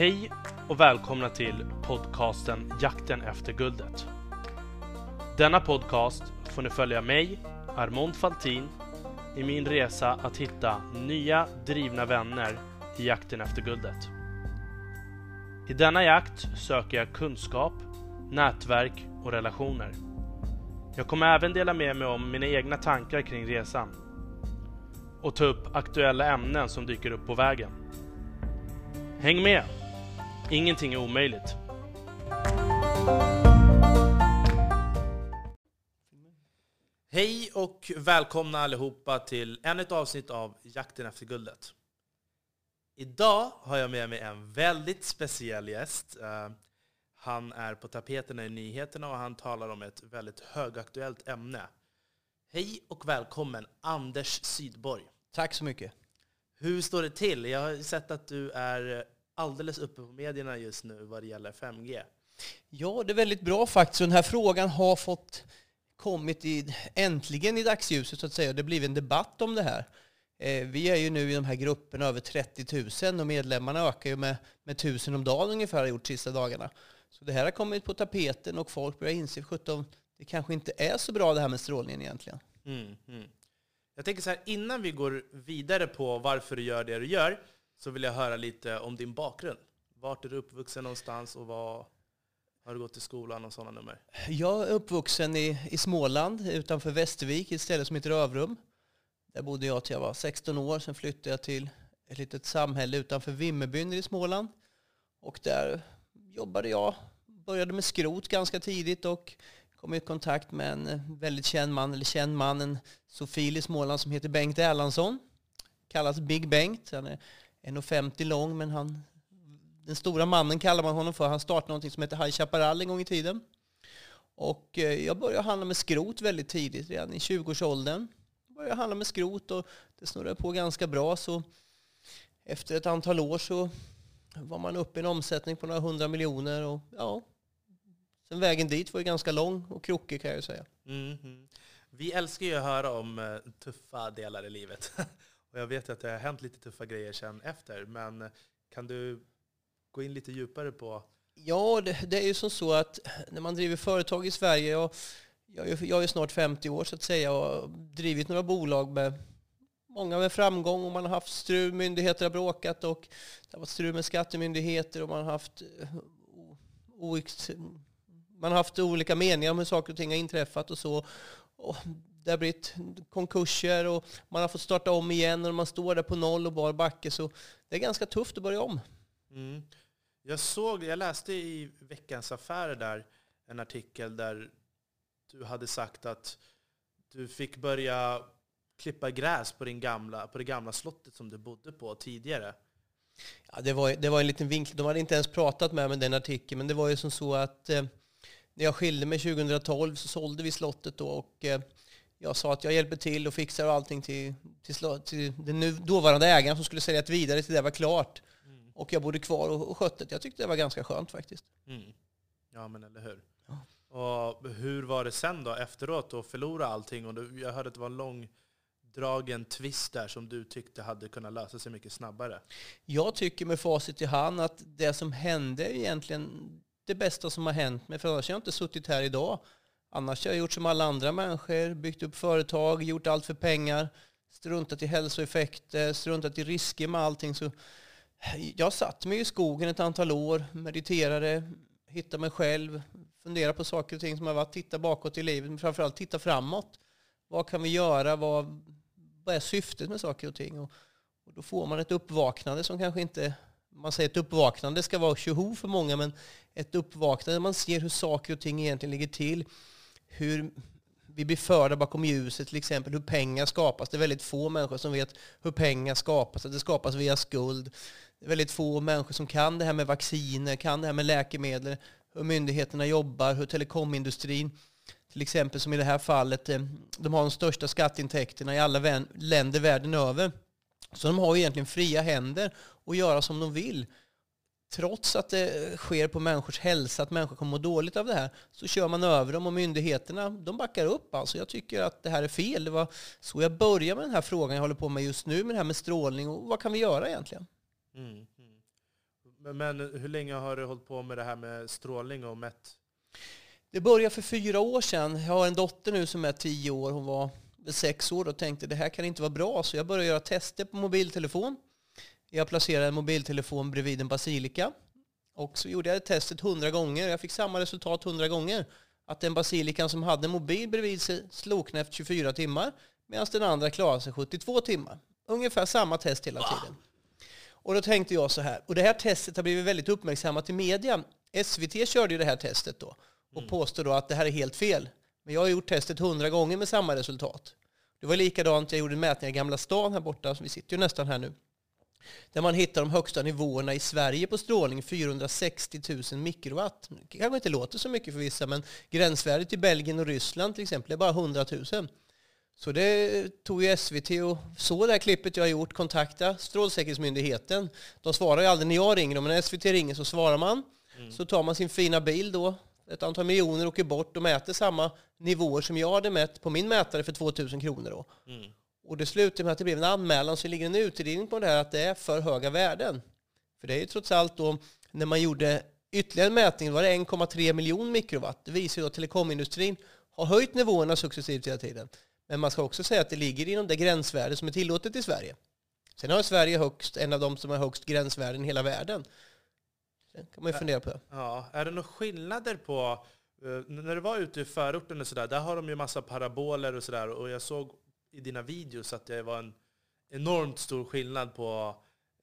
Hej och välkomna till podcasten Jakten efter guldet. Denna podcast får ni följa mig, Armond Faltin, i min resa att hitta nya drivna vänner i jakten efter guldet. I denna jakt söker jag kunskap, nätverk och relationer. Jag kommer även dela med mig om mina egna tankar kring resan och ta upp aktuella ämnen som dyker upp på vägen. Häng med! Ingenting är omöjligt. Hej och välkomna allihopa till ännu ett avsnitt av Jakten efter guldet. Idag har jag med mig en väldigt speciell gäst. Han är på tapeterna i nyheterna och han talar om ett väldigt högaktuellt ämne. Hej och välkommen Anders Sydborg. Tack så mycket. Hur står det till? Jag har sett att du är alldeles uppe på medierna just nu vad det gäller 5G. Ja, det är väldigt bra faktiskt. Den här frågan har kommit äntligen i dagsljuset så att säga. Det blir en debatt om det här. Vi är ju nu i de här grupperna över 30 000 och medlemmarna ökar ju med 1000 om dagen ungefär har gjort sista dagarna. Så det här har kommit på tapeten och folk börjar inse att det kanske inte är så bra det här med strålningen egentligen. Jag tänker så här, innan vi går vidare på varför du gör det du gör så vill jag höra lite om din bakgrund. Vart är du uppvuxen någonstans och vad har du gått till skolan och sådana nummer? Jag är uppvuxen i Småland utanför Västervik i ett ställe som heter Övrum. Där bodde jag till jag var 16 år. Sen flyttade jag till ett litet samhälle utanför Vimmerbyn i Småland. Och där jobbade jag. Började med skrot ganska tidigt och kom i kontakt med en väldigt känd man, en sofil i Småland som heter Bengt Erlandsson. Kallas Big Bengt. Han är 1,50 lång, men den stora mannen kallar man honom för. Han startade något som heter High Chaparral en gång i tiden. Och jag började handla med skrot väldigt tidigt, redan i 20-årsåldern. Började handla med skrot och det snurrade på ganska bra. Så efter ett antal år så var man uppe i en omsättning på några 100 miljoner. Och ja, sen vägen dit var ju ganska lång och krokig kan jag ju säga. Vi älskar ju att höra om tuffa delar i livet. Och jag vet att det har hänt lite tuffa grejer sen efter. Men kan du gå in lite djupare på? Ja, det är ju som så att när man driver företag i Sverige, jag är snart 50 år så att säga och har drivit några bolag många med framgång och man har haft strul, myndigheter har bråkat och det har varit strul med skattemyndigheter och man har haft olika meningar om hur saker och ting har inträffat och så. Och det har blivit konkurser och man har fått starta om igen och man står där på noll och bar backe, så det är ganska tufft att börja om. Jag läste i Veckans Affärer där en artikel där du hade sagt att du fick börja klippa gräs på det gamla slottet som du bodde på tidigare. Ja, det var en liten vinkel. De hade inte ens pratat med mig den artikeln, men det var ju som så att när jag skilde mig 2012 så sålde vi slottet då och jag sa att jag hjälper till och fixar allting till den nu dåvarande ägaren som skulle sälja det vidare till det var klart. Och jag bodde kvar och skötte det. Jag tyckte det var ganska skönt faktiskt. Ja, men eller hur? Ja. Och hur var det sen då efteråt att förlora allting? Och jag hörde att det var en långdragen twist där som du tyckte hade kunnat lösa sig mycket snabbare. Jag tycker med facit i hand att det som hände är egentligen det bästa som har hänt mig. För annars har jag inte suttit här idag. Annars har jag gjort som alla andra människor. Byggt upp företag, gjort allt för pengar. Struntat i hälsoeffekter, struntat i risker med allting. Så jag satt mig i skogen ett antal år, mediterade, hittade mig själv, funderade på saker och ting som har varit, titta bakåt i livet, men framförallt titta framåt. Vad kan vi göra? Vad är syftet med saker och ting? Och då får man ett uppvaknande som kanske inte, man säger ett uppvaknande ska vara tjoho för många, men ett uppvaknande där man ser hur saker och ting egentligen ligger till. Hur vi blir förda bakom ljuset, till exempel hur pengar skapas. Det är väldigt få människor som vet hur pengar skapas, att det skapas via skuld. Det är väldigt få människor som kan det här med vacciner, kan det här med läkemedel, hur myndigheterna jobbar, hur telekomindustrin, till exempel som i det här fallet, de har de största skatteintäkterna i alla länder världen över. Så de har egentligen fria händer att göra som de vill. Trots att det sker på människors hälsa, att människor kommer må dåligt av det här, så kör man över dem och myndigheterna, de backar upp. Alltså jag tycker att det här är fel. Det var så jag började med den här frågan jag håller på med just nu, med det här med strålning och vad kan vi göra egentligen? Men hur länge har du hållit på med det här med strålning och mätt? Det började för 4 år sedan. Jag har en dotter nu som är 10 år. Hon var 6 år och tänkte det här kan inte vara bra. Så jag började göra tester på mobiltelefon. Jag placerade en mobiltelefon bredvid en basilika. Och så gjorde jag testet 100 gånger. Jag fick samma resultat 100 gånger. Att den basilikan som hade en mobil bredvid sig slog efter 24 timmar. Medan den andra klarade sig 72 timmar. Ungefär samma test hela tiden. Och då tänkte jag så här. Och det här testet har blivit väldigt uppmärksammat i media. SVT körde ju det här testet då. Och påstår då att det här är helt fel. Men jag har gjort testet 100 gånger med samma resultat. Det var likadant, jag gjorde en mätning i Gamla stan här borta, så vi sitter ju nästan här nu. Där man hittar de högsta nivåerna i Sverige på strålning, 460 000 mikrowatt. Det kanske inte låter så mycket för vissa, men gränsvärdet i Belgien och Ryssland till exempel är bara 100 000. Så det tog ju SVT och så det här klippet jag har gjort, kontakta Strålsäkerhetsmyndigheten. De svarar ju aldrig när jag ringer dem, men när SVT ringer så svarar man. Så tar man sin fina bil då, ett antal miljoner åker bort och mäter samma nivåer som jag hade mätt på min mätare för 2000 kronor då. Och det slutade med att det blev en anmälan, så ligger en utredning på det här att det är för höga värden. För det är ju trots allt då, när man gjorde ytterligare en mätning var det 1,3 miljoner mikrowatt. Det visar ju att telekomindustrin har höjt nivåerna successivt hela tiden. Men man ska också säga att det ligger inom det gränsvärde som är tillåtet i Sverige. Sen har Sverige en av de som har högst gränsvärden i hela världen. Sen kan man ju fundera på det. Ja, är det några skillnader på, när du var ute i förorten och sådär, där har de ju massa paraboler och sådär, och jag såg i dina videos att det var en enormt stor skillnad på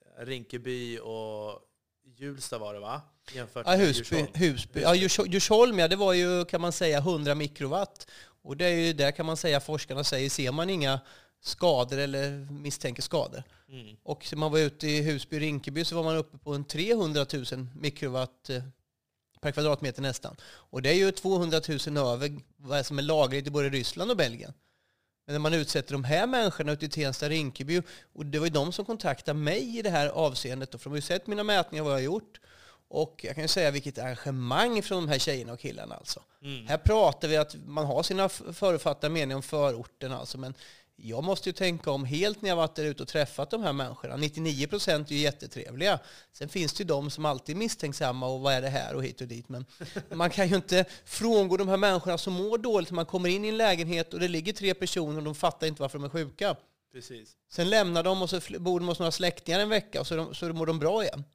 Rinkeby och Hjulsta var det, va? Jämfört med Husby. Ja, Djursholm, ja, det var ju, kan man säga, 100 mikrowatt. Och det är ju där, kan man säga, forskarna säger, ser man inga skador eller misstänker skador. Och man var ute i Husby och Rinkeby så var man uppe på en 300 000 mikrowatt per kvadratmeter nästan. Och det är ju 200 000 över vad som är lagligt i både Ryssland och Belgien. Men när man utsätter de här människorna ute i Tensta och Rinkeby, och det var ju de som kontaktade mig i det här avseendet, för de har ju sett mina mätningar, vad jag har gjort. Och jag kan ju säga vilket engagemang från de här tjejerna och killarna alltså. Här pratar vi att man har sina förutfattade meningar om förorten alltså, men jag måste ju tänka om helt när jag varit där ute och träffat de här människorna. 99% är ju jättetrevliga. Sen finns det ju de som alltid är misstänksamma och vad är det här och hit och dit. Men man kan ju inte frångå de här människorna som mår dåligt. Man kommer in i en lägenhet och det ligger 3 personer och de fattar inte varför de är sjuka. Precis. Sen lämnar de och så bor de hos några släktingar en vecka och så mår de bra igen.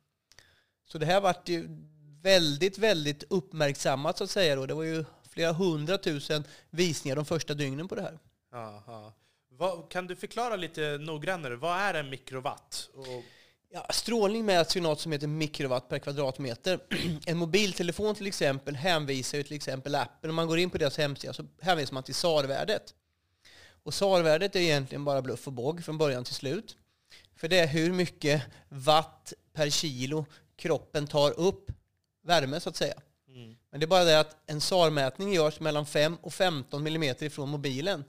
Så det här varit ju väldigt, väldigt uppmärksammat så att säga då. Det var ju flera 100 000 visningar de första dygnen på det här. Aha. Kan du förklara lite noggrannare, vad är en mikrowatt? Ja, strålning mäts ju något som heter mikrowatt per kvadratmeter. En mobiltelefon till exempel hänvisar ju till exempel appen. Om man går in på deras hemsida så hänvisar man till SAR-värdet. Och SAR-värdet är egentligen bara bluff och båg från början till slut. För det är hur mycket watt per kilo kroppen tar upp värme så att säga. Men det är bara det att en SAR-mätning görs mellan 5 och 15 millimeter ifrån mobilen.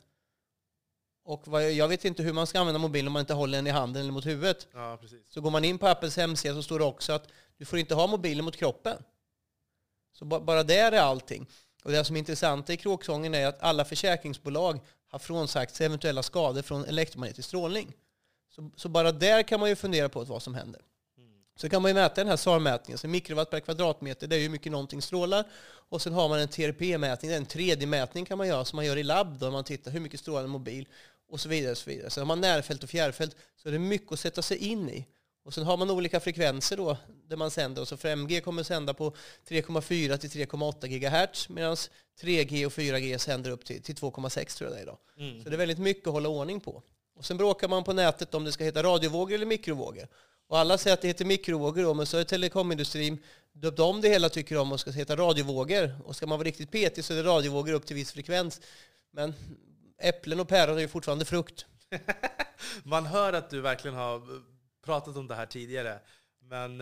Och jag vet inte hur man ska använda mobilen om man inte håller den i handen eller mot huvudet. Ja, precis. Så går man in på Apples hemsida så står det också att du får inte ha mobilen mot kroppen. Så bara där är allting. Och det som är intressant i kråksången är att alla försäkringsbolag har frånsagt sig eventuella skador från elektromagnetisk strålning. Så bara där kan man ju fundera på vad som händer. Så kan man ju mäta den här SAR-mätningen. Så mikrowatt per kvadratmeter, det är ju hur mycket någonting strålar. Och sen har man en TRP-mätning, en 3D-mätning kan man göra som man gör i labb då man tittar hur mycket strålar en mobil och så vidare. Och så vidare. Så har man närfält och fjärrfält så är det mycket att sätta sig in i. Och sen har man olika frekvenser då där man sänder. Och så för MG kommer sända på 3,4 till 3,8 GHz medan 3G och 4G sänder upp till 2,6 tror jag det är idag. Så det är väldigt mycket att hålla ordning på. Och sen bråkar man på nätet om det ska heta radiovågor eller mikrovågor. Och alla säger att det heter mikrovågor då, men så är telekomindustrin döpt om det hela tycker om och ska heta radiovågor. Och ska man vara riktigt petig så är det radiovågor upp till viss frekvens. Men äpplen och päron är ju fortfarande frukt. Man hör att du verkligen har pratat om det här tidigare. Men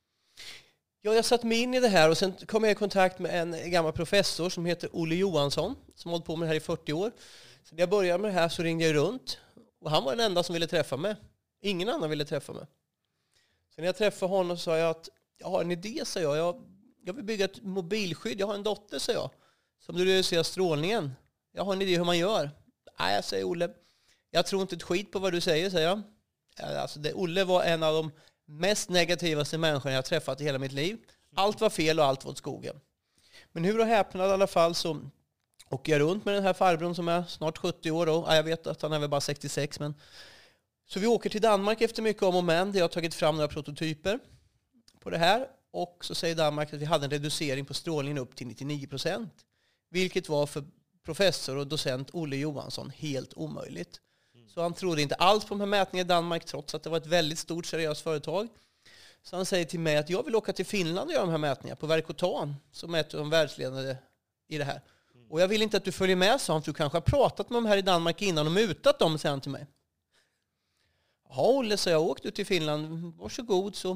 Ja, jag satt mig in i det här och sen kom jag i kontakt med en gammal professor som heter Olle Johansson som har hållit på med det här i 40 år. Så när jag började med det här så ringde jag runt och han var den enda som ville träffa mig. Ingen annan ville träffa mig. Så när jag träffade honom så sa jag att jag har en idé, sa jag. Jag vill bygga ett mobilskydd. Jag har en dotter, sa jag, som du reducerar strålningen. Jag har en idé hur man gör. Nej, jag säger Olle. Jag tror inte ett skit på vad du säger, säger jag. Alltså Olle var en av de mest negativaste människan jag har träffat i hela mitt liv. Allt var fel och allt var åt skogen. Men hur och häpnad i alla fall så åker jag runt med den här farbrorn som är snart 70 år. Då. Ja, jag vet att han är väl bara 66. Men... Så vi åker till Danmark efter mycket om och men. Jag har tagit fram några prototyper på det här. Och så säger Danmark att vi hade en reducering på strålningen upp till 99%. Vilket var för professor och docent Olle Johansson helt omöjligt. Så han trodde inte alls på de här mätningarna i Danmark trots att det var ett väldigt stort seriöst företag. Så han säger till mig att jag vill åka till Finland och göra de här mätningarna på Verkotan som är ett av de världsledande i det här. Och jag vill inte att du följer med, sa han, för du kanske har pratat med dem här i Danmark innan och mutat dem, säger han till mig. Ja, Olle, så jag åkte ut till Finland. Varsågod, så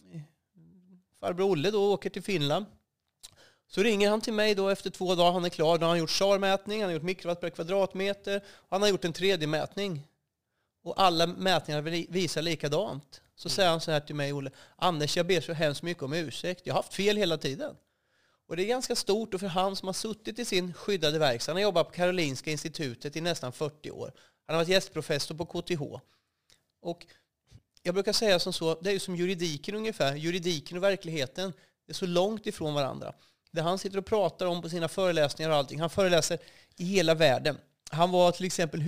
farbror Olle då åker till Finland. Så ringer han till mig då efter 2 dagar, han är klar. Då har han gjort SAR-mätning, han har gjort mikrowatt per kvadratmeter. Han har gjort en 3D-mätning. Och alla mätningar visar likadant. Så säger han så här till mig, Olle. Anders, jag ber så hemskt mycket om ursäkt. Jag har haft fel hela tiden. Och det är ganska stort, och för han som har suttit i sin skyddade verkstad. Han har jobbat på Karolinska institutet i nästan 40 år. Han har varit gästprofessor på KTH. Och jag brukar säga som så, det är ju som juridiken ungefär. Juridiken och verkligheten är så långt ifrån varandra. Det han sitter och pratar om på sina föreläsningar och allting. Han föreläser i hela världen. Han var till exempel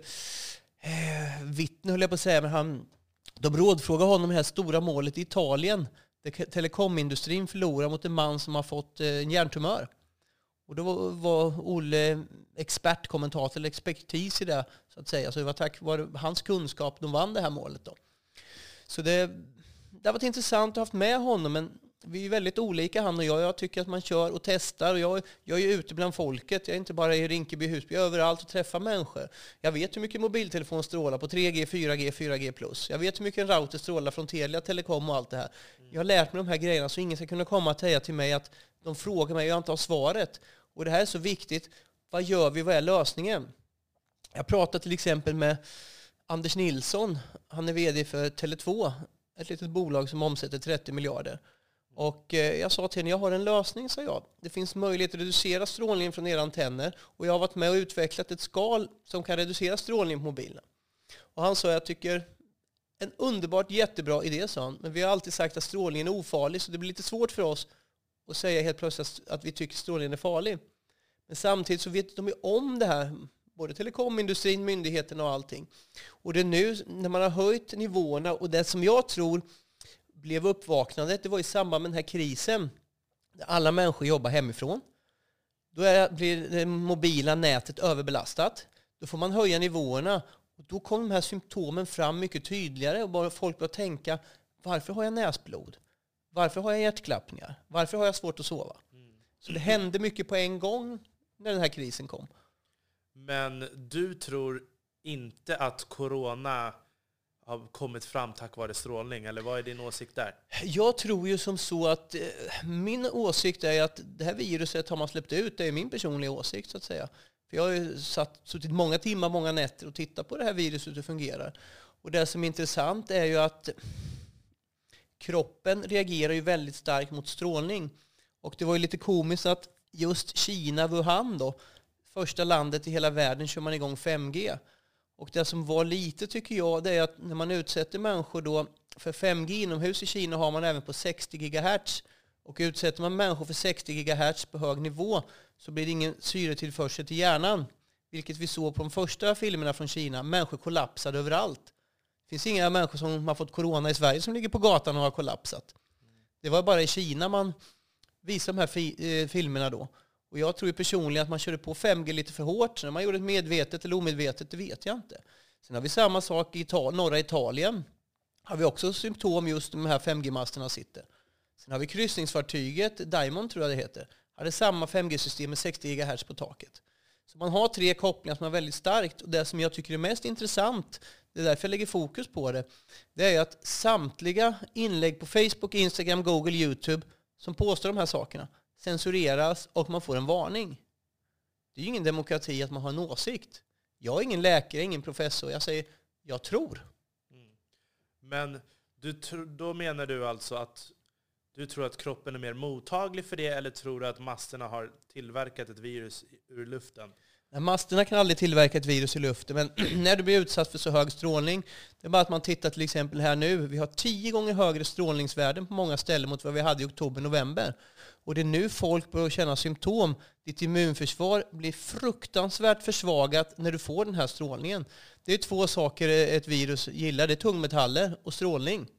huvudvittne, höll jag på att säga, men de rådfrågade honom det här stora målet i Italien. Där telekomindustrin förlorar mot en man som har fått en hjärntumör. Och då var Olle expertkommentator eller expertis i det, så att säga. Så det var tack vare hans kunskap de vann det här målet då. Så det har varit intressant att ha haft med honom, men vi är väldigt olika, han och jag. Jag tycker att man kör och testar, och jag är ju ute bland folket. Jag är inte bara i Rinkeby, Husby, jag är överallt och träffar människor. Jag vet hur mycket mobiltelefon strålar på 3G, 4G, 4G+. Jag vet hur mycket en router strålar från Telia, Telekom och allt det här. Jag har lärt mig de här grejerna så ingen ska kunna komma och säga till mig att de frågar mig och jag inte har svaret. Och det här är så viktigt. Vad gör vi? Vad är lösningen? Jag pratade till exempel med Anders Nilsson. Han är vd för Tele2, ett litet bolag som omsätter 30 miljarder. Och jag sa till henne, jag har en lösning, sa jag. Det finns möjlighet att reducera strålningen från era antenner. Och jag har varit med och utvecklat ett skal som kan reducera strålningen på mobilen. Och han sa, jag tycker en underbart jättebra idé, sa han. Men vi har alltid sagt att strålningen är ofarlig, så det blir lite svårt för oss att säga helt plötsligt att vi tycker strålningen är farlig. Men samtidigt så vet de ju om det här, både telekomindustrin, myndigheterna och allting. Och det är nu när man har höjt nivåerna, och det som jag tror blev uppvaknandet, det var i samband med den här krisen. Alla människor jobbar hemifrån. Då blir det mobila nätet överbelastat. Då får man höja nivåerna. Och då kommer de här symptomen fram mycket tydligare, och bara folk börjar tänka, varför har jag näsblod? Varför har jag hjärtklappningar? Varför har jag svårt att sova? Så det hände mycket på en gång när den här krisen kom. Men du tror inte att corona har kommit fram tack vare strålning? Eller vad är din åsikt där? Jag tror ju som så att min åsikt är att det här viruset har man släppt ut. Det är min personliga åsikt, så att säga. För jag har ju suttit många timmar, många nätter och tittat på det här viruset, hur det fungerar. Och det som är intressant är ju att kroppen reagerar ju väldigt starkt mot strålning. Och det var ju lite komiskt att just Kina, Wuhan då, första landet i hela världen, kör man igång 5G. Och det som var lite, tycker jag, det är att när man utsätter människor då för 5G inomhus i Kina har man även på 60 GHz. Och utsätter man människor för 60 GHz på hög nivå så blir det ingen syretillförsel till hjärnan. Vilket vi såg på de första filmerna från Kina. Människor kollapsade överallt. Det finns inga människor som har fått corona i Sverige som ligger på gatan och har kollapsat. Det var bara i Kina man visade de här filmerna då. Och jag tror ju personligen att man körde på 5G lite för hårt. När man gjorde det medvetet eller omedvetet, det vet jag inte. Sen har vi samma sak i norra Italien. Har vi också symptom just de här 5G-masterna sitter. Sen har vi kryssningsfartyget, Diamond tror jag det heter. Hade samma 5G-system med 60 GHz på taket. Så man har 3 kopplingar som är väldigt starkt. Och det som jag tycker är mest intressant, det är därför jag lägger fokus på det, det är att samtliga inlägg på Facebook, Instagram, Google, YouTube som påstår de här sakerna censureras och man får en varning. Det är ju ingen demokrati att man har en åsikt. Jag är ingen läkare, ingen professor. Jag säger, jag tror. Men då menar du alltså att du tror att kroppen är mer mottaglig för det, eller tror du att masterna har tillverkat ett virus ur luften? Masterna kan aldrig tillverka ett virus i luften, men när du blir utsatt för så hög strålning, det är bara att man tittar till exempel här nu. Vi har 10 gånger högre strålningsvärden på många ställen mot vad vi hade i oktober-november. Och det är nu folk börjar känna symptom. Ditt immunförsvar blir fruktansvärt försvagat när du får den här strålningen. Det är 2 saker ett virus gillar, det är tungmetaller och strålning.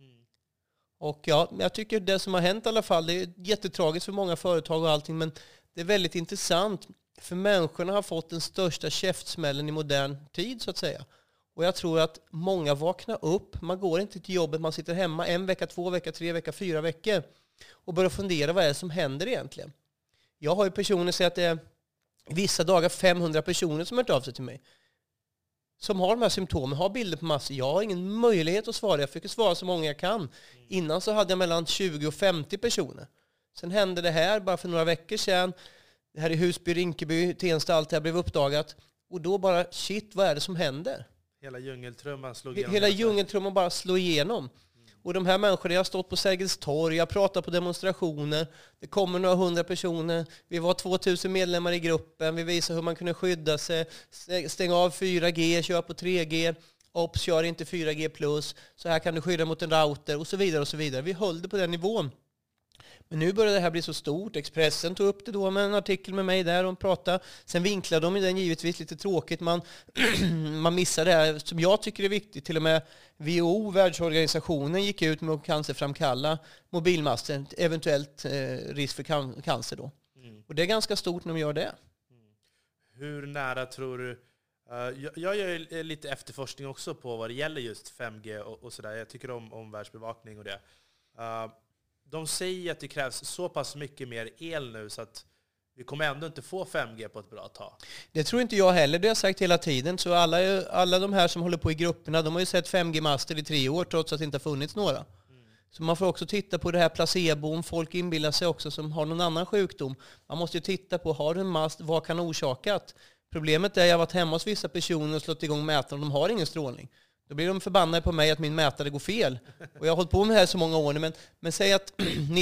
Och ja, jag tycker det som har hänt i alla fall, det är jättetragiskt för många företag och allting, men det är väldigt intressant. För människorna har fått den största käftsmällen i modern tid så att säga. Och jag tror att många vaknar upp. Man går inte till jobbet, man sitter hemma 1 vecka, 2 veckor, 3 veckor, 4 veckor. Och börjar fundera vad är det som händer egentligen. Jag har ju personer säga att det är vissa dagar 500 personer som har hört av sig till mig. Som har de här symptomen, har bilder på massor. Jag har ingen möjlighet att svara. Jag försöker svara så många jag kan. Innan så hade jag mellan 20 och 50 personer. Sen hände det här bara för några veckor sedan. Det här i Husby, Rinkeby, Tensta, allt det här blev uppdagat. Och då bara, shit, vad är det som händer? Hela djungeltrumman slog igenom. Hela djungeltrumman bara slog igenom. Och de här människorna, jag har stått på Sergels torg, jag pratar på demonstrationer. Det kommer några 100 personer. Vi var 2000 medlemmar i gruppen. Vi visar hur man kunde skydda sig. Stänga av 4G, köra på 3G. Ops, kör inte 4G+. Så här kan du skydda mot en router och så vidare och så vidare. Vi höll det på den nivån. Men nu börjar det här bli så stort. Expressen tog upp det då med en artikel med mig där och pratade. Sen vinklade de i den givetvis lite tråkigt. Man missar det här som jag tycker är viktigt. Till och med WHO, världsorganisationen, gick ut med att cancerframkalla mobilmaster. Eventuellt risk för cancer då. Och det är ganska stort när de gör det. Hur nära tror du... Jag gör lite efterforskning också på vad det gäller just 5G och sådär. Jag tycker om världsbevakning och det. De säger att det krävs så pass mycket mer el nu så att vi kommer ändå inte få 5G på ett bra tag. Det tror inte jag heller, det har jag sagt hela tiden. Så alla de här som håller på i grupperna, de har ju sett 5G-master i 3 år trots att det inte har funnits några. Så man får också titta på det här placebon. Folk inbillar sig också som har någon annan sjukdom. Man måste ju titta på, har du en mast, vad kan orsakat? Problemet är att jag har varit hemma hos vissa personer och slått igång mätaren och de har ingen strålning. Då blir de förbannade på mig att min mätare går fel. Och jag har hållit på med det här så många år nu, men säg att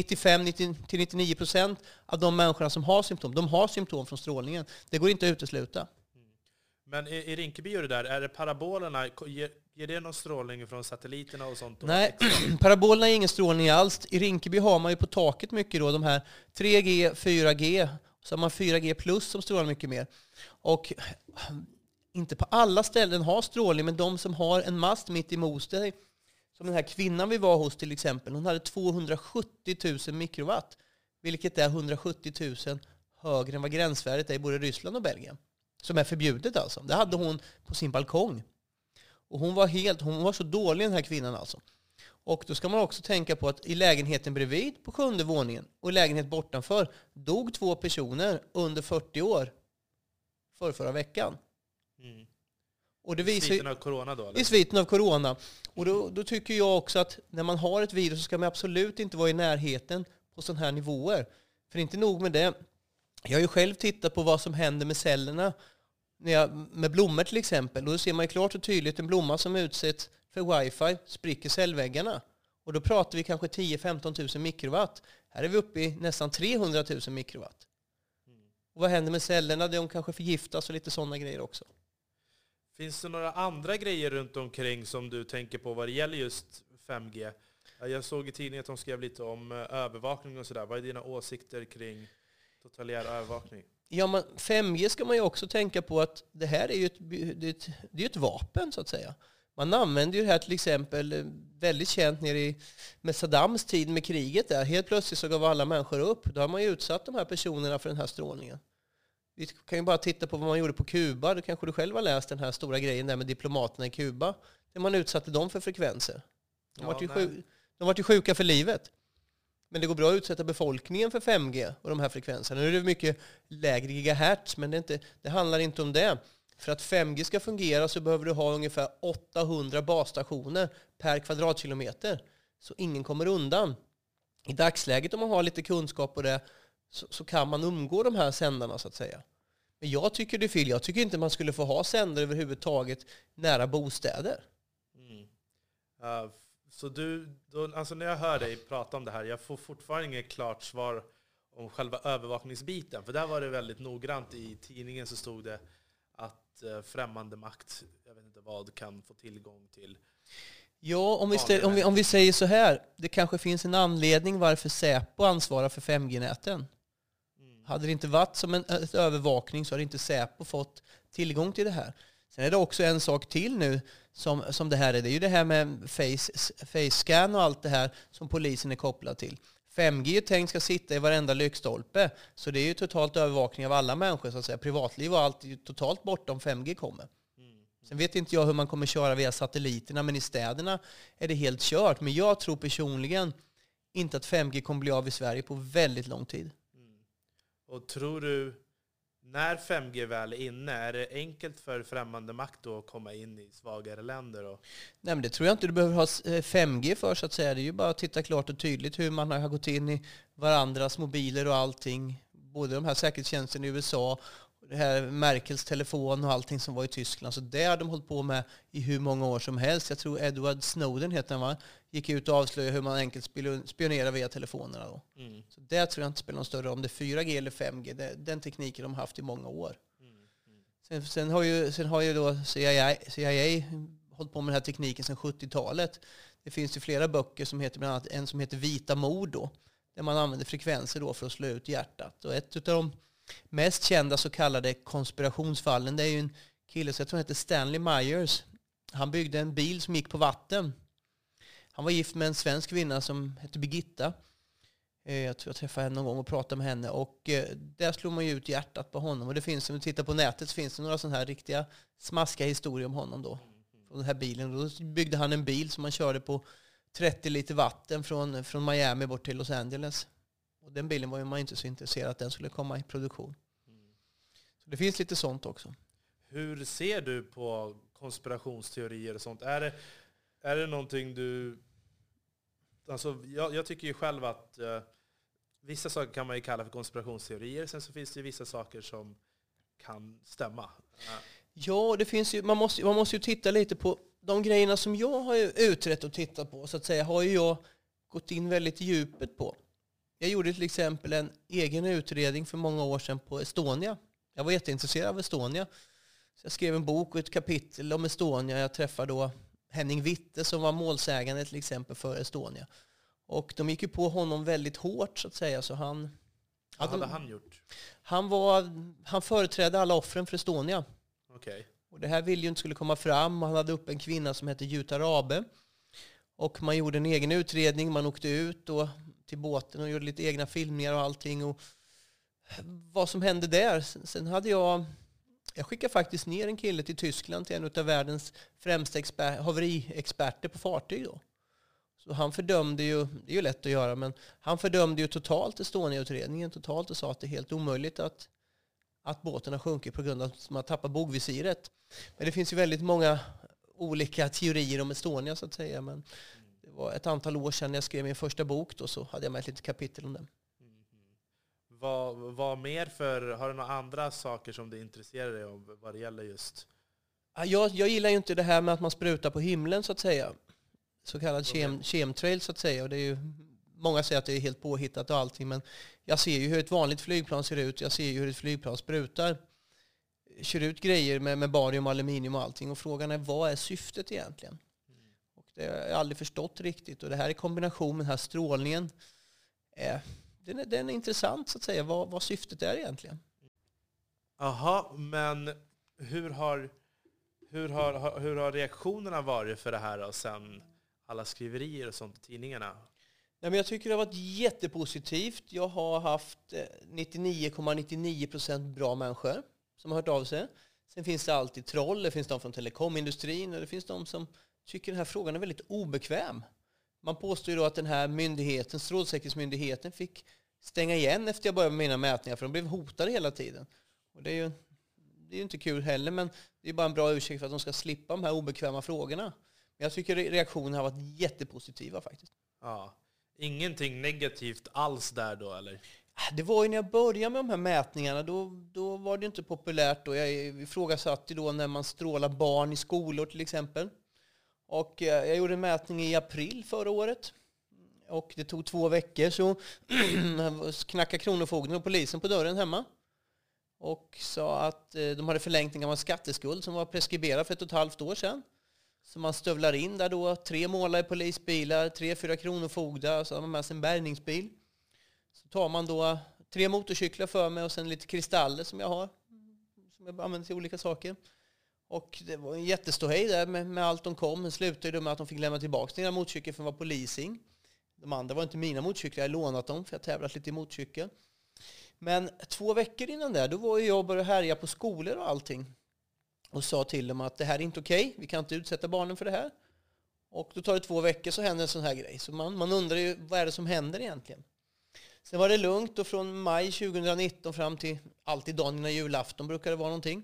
95-99% av de människorna som har symptom, de har symptom från strålningen. Det går inte att utesluta. Men i Rinkeby och det där, är det parabolerna, ger det någon strålning från satelliterna och sånt? Nej, parabolerna är ingen strålning alls. I Rinkeby har man ju på taket mycket då, de här 3G, 4G, så har man 4G plus som strålar mycket mer. Och inte på alla ställen har strålning, men de som har en mast mitt emot sig, som den här kvinnan vi var hos till exempel, hon hade 270 000 mikrowatt, vilket är 170 000 högre än vad gränsvärdet är i både Ryssland och Belgien. Som är förbjudet alltså. Det hade hon på sin balkong. Och hon var så dålig den här kvinnan alltså. Och då ska man också tänka på att i lägenheten bredvid på 7:e våningen och i lägenhet bortanför dog 2 personer under 40 år förra veckan. Och det visar, i sviten av corona då? Eller? I sviten av corona. Och då tycker jag också att när man har ett virus så ska man absolut inte vara i närheten på sådana här nivåer. För inte nog med det. Jag har ju själv tittat på vad som händer med cellerna med blommor till exempel. Och då ser man ju klart och tydligt en blomma som utsätts för wifi spricker cellväggarna. Och då pratar vi kanske 10-15 000 mikrowatt. Här är vi uppe i nästan 300 000 mikrowatt. Och vad händer med cellerna? De kanske förgiftas och lite sådana grejer också. Finns det några andra grejer runt omkring som du tänker på vad det gäller just 5G? Jag såg i tidningen att de skrev lite om övervakning och sådär. Vad är dina åsikter kring totalitär övervakning? Ja, men 5G ska man ju också tänka på att det här är ju ett vapen så att säga. Man använder ju det här till exempel väldigt känt med Saddams tid med kriget där. Helt plötsligt så gav alla människor upp. Då har man ju utsatt de här personerna för den här strålningen. Vi kan ju bara titta på vad man gjorde på Kuba. Då kanske du själv har läst den här stora grejen där med diplomaterna i Kuba. Där man utsatte dem för frekvenser. De var ju sjuka för livet. Men det går bra att utsätta befolkningen för 5G och de här frekvenserna. Nu är det mycket lägre gigahertz, men det handlar inte om det. För att 5G ska fungera så behöver du ha ungefär 800 basstationer per kvadratkilometer. Så ingen kommer undan. I dagsläget om man har lite kunskap på det så kan man umgå de här sändarna så att säga. Men jag tycker det är fel. Jag tycker inte man skulle få ha sändare överhuvudtaget nära bostäder. Så alltså när jag hör dig prata om det här, jag får fortfarande inget klart svar om själva övervakningsbiten. För där var det väldigt noggrant. I tidningen så stod det att främmande makt, jag vet inte vad, kan få tillgång till. Ja, om vi säger så här. Det kanske finns en anledning varför Säpo ansvarar för 5G-näten. Hade det inte varit som en övervakning så hade inte Säpo fått tillgång till det här. Sen är det också en sak till nu som det här är. Det är ju det här med face scan och allt det här som polisen är kopplad till. 5G är tänkt ska sitta i varenda lyktstolpe. Så det är ju totalt övervakning av alla människor så att säga. Privatliv och allt är ju totalt borta om 5G kommer. Sen vet inte jag hur man kommer köra via satelliterna, men i städerna är det helt kört. Men jag tror personligen inte att 5G kommer bli av i Sverige på väldigt lång tid. Och tror du, när 5G väl är inne, är det enkelt för främmande makt då att komma in i svagare länder? Nej, men det tror jag inte du behöver ha 5G för, så att säga. Det är ju bara att titta klart och tydligt hur man har gått in i varandras mobiler och allting. Både de här säkerhetstjänsterna i USA, det här Merkels telefon och allting som var i Tyskland. Så det har de hållit på med i hur många år som helst. Jag tror Edward Snowden heter han, va? Gick ut och avslöjade hur man enkelt spionerar via telefonerna då. Så det tror jag inte spelar någon större roll om det är 4G eller 5G. Den tekniken de har haft i många år. Sen har ju då CIA hållit på med den här tekniken sedan 70-talet. Det finns ju flera böcker som heter bland annat en som heter Vita mord då, där man använder frekvenser då för att slå ut hjärtat. Och ett av de mest kända så kallade konspirationsfallen, det är ju en kille som jag tror heter Stanley Myers. Han byggde en bil som gick på vatten. Han var gift med en svensk kvinna som hette Birgitta. Jag tror jag träffade henne någon gång och pratade med henne. Och där slog man ju ut hjärtat på honom. Och det finns, om du tittar på nätet så finns det några sådana här riktiga smaskiga historier om honom då. Från den här bilen. Och då byggde han en bil som man körde på 30 liter vatten från Miami bort till Los Angeles. Och den bilen var ju man inte så intresserad att den skulle komma i produktion. Så det finns lite sånt också. Hur ser du på konspirationsteorier och sånt? Är det någonting du... Alltså, jag tycker ju själv att vissa saker kan man ju kalla för konspirationsteorier. Sen så finns det ju vissa saker som kan stämma. Ja, det finns ju, man måste ju titta lite på de grejerna som jag har utrett och tittat på. Så att säga har ju jag gått in väldigt djupet på. Jag gjorde till exempel en egen utredning för många år sedan på Estonia. Jag var jätteintresserad av Estonia. Så jag skrev en bok och ett kapitel om Estonia. Jag träffade då Henning Witte som var målsägande till exempel för Estonia. Och de gick ju på honom väldigt hårt så att säga. Så vad hade han gjort? Han företrädde alla offren för Estonia. Okay. Och det här ville ju inte skulle komma fram. Han hade upp en kvinna som hette Jutta Rabe. Och man gjorde en egen utredning. Man åkte ut och till båten och gjorde lite egna filmningar och allting. Och vad som hände där. Sen hade jag skickade faktiskt ner en kille till Tyskland till en av världens främsta haveriexperter på fartyg då. Så han fördömde ju, det är ju lätt att göra, men han fördömde ju totalt Estonia-utredningen totalt och sa att det är helt omöjligt att båten har sjunkit på grund av att man tappar bogvisiret. Men det finns ju väldigt många olika teorier om Estonia så att säga, men det var ett antal år sedan jag skrev min första bok då, så hade jag med ett litet kapitel om den. Vad mer har du några andra saker som du intresserar dig om vad det gäller just? Jag gillar ju inte det här med att man sprutar på himlen så att säga. Så kallad chemtrail så att säga. Och det är ju, många säger att det är helt påhittat och allting, men jag ser ju hur ett vanligt flygplan ser ut. Jag ser ju hur ett flygplan sprutar. Kör ut grejer med barium, aluminium och allting. Och frågan är, vad är syftet egentligen? Och det har jag aldrig förstått riktigt. Och det här i kombination med den här strålningen den är intressant så att säga, vad syftet är egentligen. Aha, men hur har reaktionerna varit för det här och sen alla skriverier och sånt i tidningarna? Nej, men jag tycker det har varit jättepositivt. Jag har haft 99,99% bra människor som har hört av sig. Sen finns det alltid troll, det finns de från telekomindustrin och det finns de som tycker den här frågan är väldigt obekväm. Man påstår ju då att den här myndigheten, Strålsäkerhetsmyndigheten, fick stänga igen efter jag började med mina mätningar för de blev hotade hela tiden. Och det är ju inte kul heller, men det är bara en bra ursäkt för att de ska slippa de här obekväma frågorna. Men jag tycker reaktionerna har varit jättepositiva faktiskt. Ja. Ingenting negativt alls där då, eller? Det var ju när jag började med de här mätningarna, då var det inte populärt. Då. Jag ifrågasatte då när man strålar barn i skolor till exempel. Och jag gjorde en mätning i april förra året. Och det tog 2 veckor så knackade kronofogden och polisen på dörren hemma. Och sa att de hade förlängt en gammal skatteskuld som var preskriberad för 1,5 år sedan. Så man stövlar in där då 3 målare polisbilar, 3-4 kronofogdar, så har man med sig en bärgningsbil. Så tar man då 3 motorcyklar för mig och sen lite kristaller som jag har. Som jag använder till olika saker. Och det var en jätteståhej där med allt de kom. Det slutade med att de fick lämna tillbaka sina motorcyklar för att vara policing. De andra var inte mina motorcyklar, jag hade lånat dem för jag tävlat lite i motorcykel. Men 2 veckor innan där, då var jag och började härja på skolor och allting. Och sa till dem att det här är inte okej, vi kan inte utsätta barnen för det här. Och då tar det 2 veckor så händer en sån här grej. Så man undrar ju, vad är det som händer egentligen? Sen var det lugnt och från maj 2019 fram till alltid dagen innan julafton brukar det vara någonting.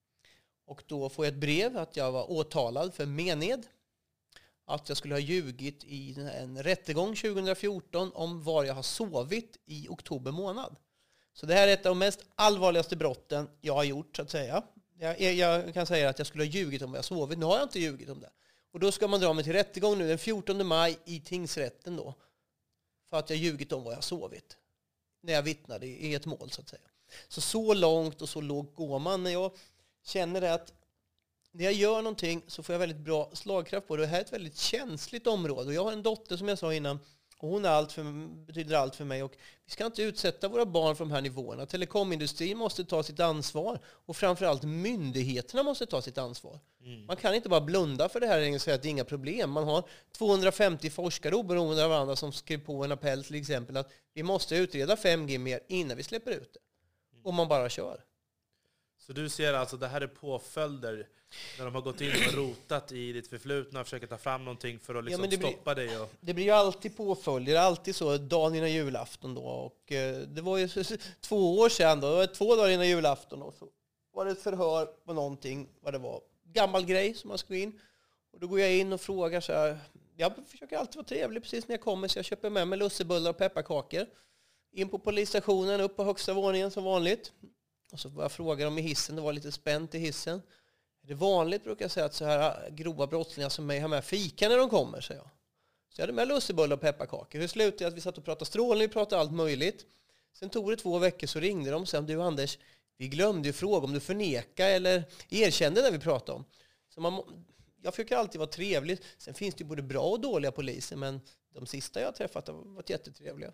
Och då får jag ett brev att jag var åtalad för mened. Att jag skulle ha ljugit i en rättegång 2014 om var jag har sovit i oktober månad. Så det här är ett av de mest allvarligaste brotten jag har gjort, så att säga. Jag kan säga att jag skulle ha ljugit om var jag sovit. Nu har jag inte ljugit om det. Och då ska man dra mig till rättegång nu den 14 maj i tingsrätten då. För att jag ljugit om var jag har sovit. När jag vittnade i ett mål, så att säga. Så långt och så lågt går man. När jag känner att när jag gör någonting så får jag väldigt bra slagkraft på det. Det här är ett väldigt känsligt område. Och jag har en dotter som jag sa innan. Och hon betyder allt för mig. Och vi ska inte utsätta våra barn för de här nivåerna. Telekomindustrin måste ta sitt ansvar. Och framförallt myndigheterna måste ta sitt ansvar. Man kan inte bara blunda för det här och säga att det är inga problem. Man har 250 forskare oberoende av varandra som skrev på en appell till exempel att vi måste utreda 5G mer innan vi släpper ut det. Och man bara kör. Så du ser alltså att det här är påföljder när de har gått in och rotat i ditt förflutna och försöker ta fram någonting för att liksom stoppa dig? Och... Det blir ju alltid påföljder, alltid så dagen innan julafton då. Och det var ju 2 år sedan då, det var 2 dagar innan julafton då, så var det ett förhör på någonting, vad det var. Gammal grej som man ska gå in. Och då går jag in och frågar så här, jag försöker alltid vara trevlig precis när jag kommer så jag köper med mig lussebullar och pepparkakor. In på polisstationen, upp på högsta våningen som vanligt. Och så var jag fråga dem i hissen, det var lite spänt i hissen. Är det vanligt, brukar jag säga, att så här grova brottslingar som mig har med fika när de kommer, säger jag. Så jag hade med lussebullar och pepparkakor. Det slutade att vi satt och pratade strålning, vi pratade allt möjligt. Sen tog det 2 veckor så ringde de och sa, du Anders, vi glömde ju fråga om du förnekade eller erkände när vi pratade om. Så jag försöker alltid vara trevlig. Sen finns det ju både bra och dåliga poliser, men de sista jag har träffat har varit jättetrevliga.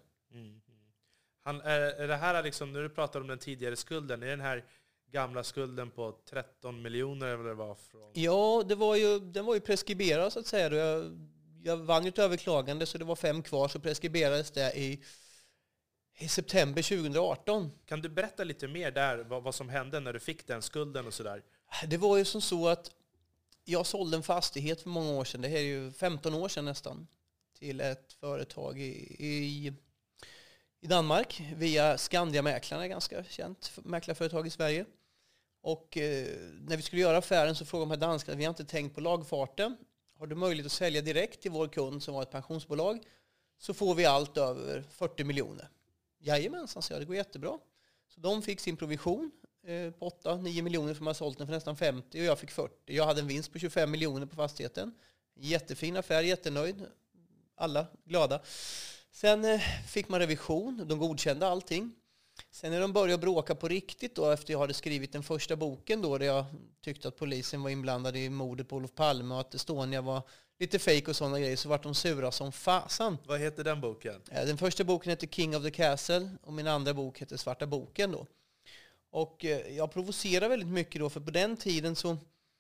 Är det här liksom, när du pratar om den tidigare skulden, är den här gamla skulden på 13 miljoner eller vad det var från? Ja, den var ju preskriberad så att säga. Jag vann ju ett överklagande så det var 5 kvar, så preskriberades det i september 2018. Kan du berätta lite mer där vad som hände när du fick den skulden och sådär? Det var ju som så att jag sålde en fastighet för många år sedan, det här är ju 15 år sedan nästan, till ett företag i Danmark via Skandia-mäklarna, ganska känt mäklarföretag i Sverige. Och när vi skulle göra affären så frågade de här danskarna, vi har inte tänkt på lagfarten. Har du möjlighet att sälja direkt till vår kund som var ett pensionsbolag så får vi allt över 40 miljoner. Jajamensan, så det går jättebra. Så de fick sin provision på 8-9 miljoner för man har sålt den för nästan 50 och jag fick 40. Jag hade en vinst på 25 miljoner på fastigheten. Jättefin affär, jättenöjd. Alla glada. Sen fick man revision, de godkände allting. Sen när de började bråka på riktigt då, efter jag hade skrivit den första boken då, där jag tyckte att polisen var inblandad i mordet på Olof Palme och att Estonia var lite fake och sådana grejer, så vart de sura som fasan. Vad heter den boken? Den första boken heter King of the Castle och min andra bok heter Svarta boken då. Och jag provocerar väldigt mycket då, för på den tiden så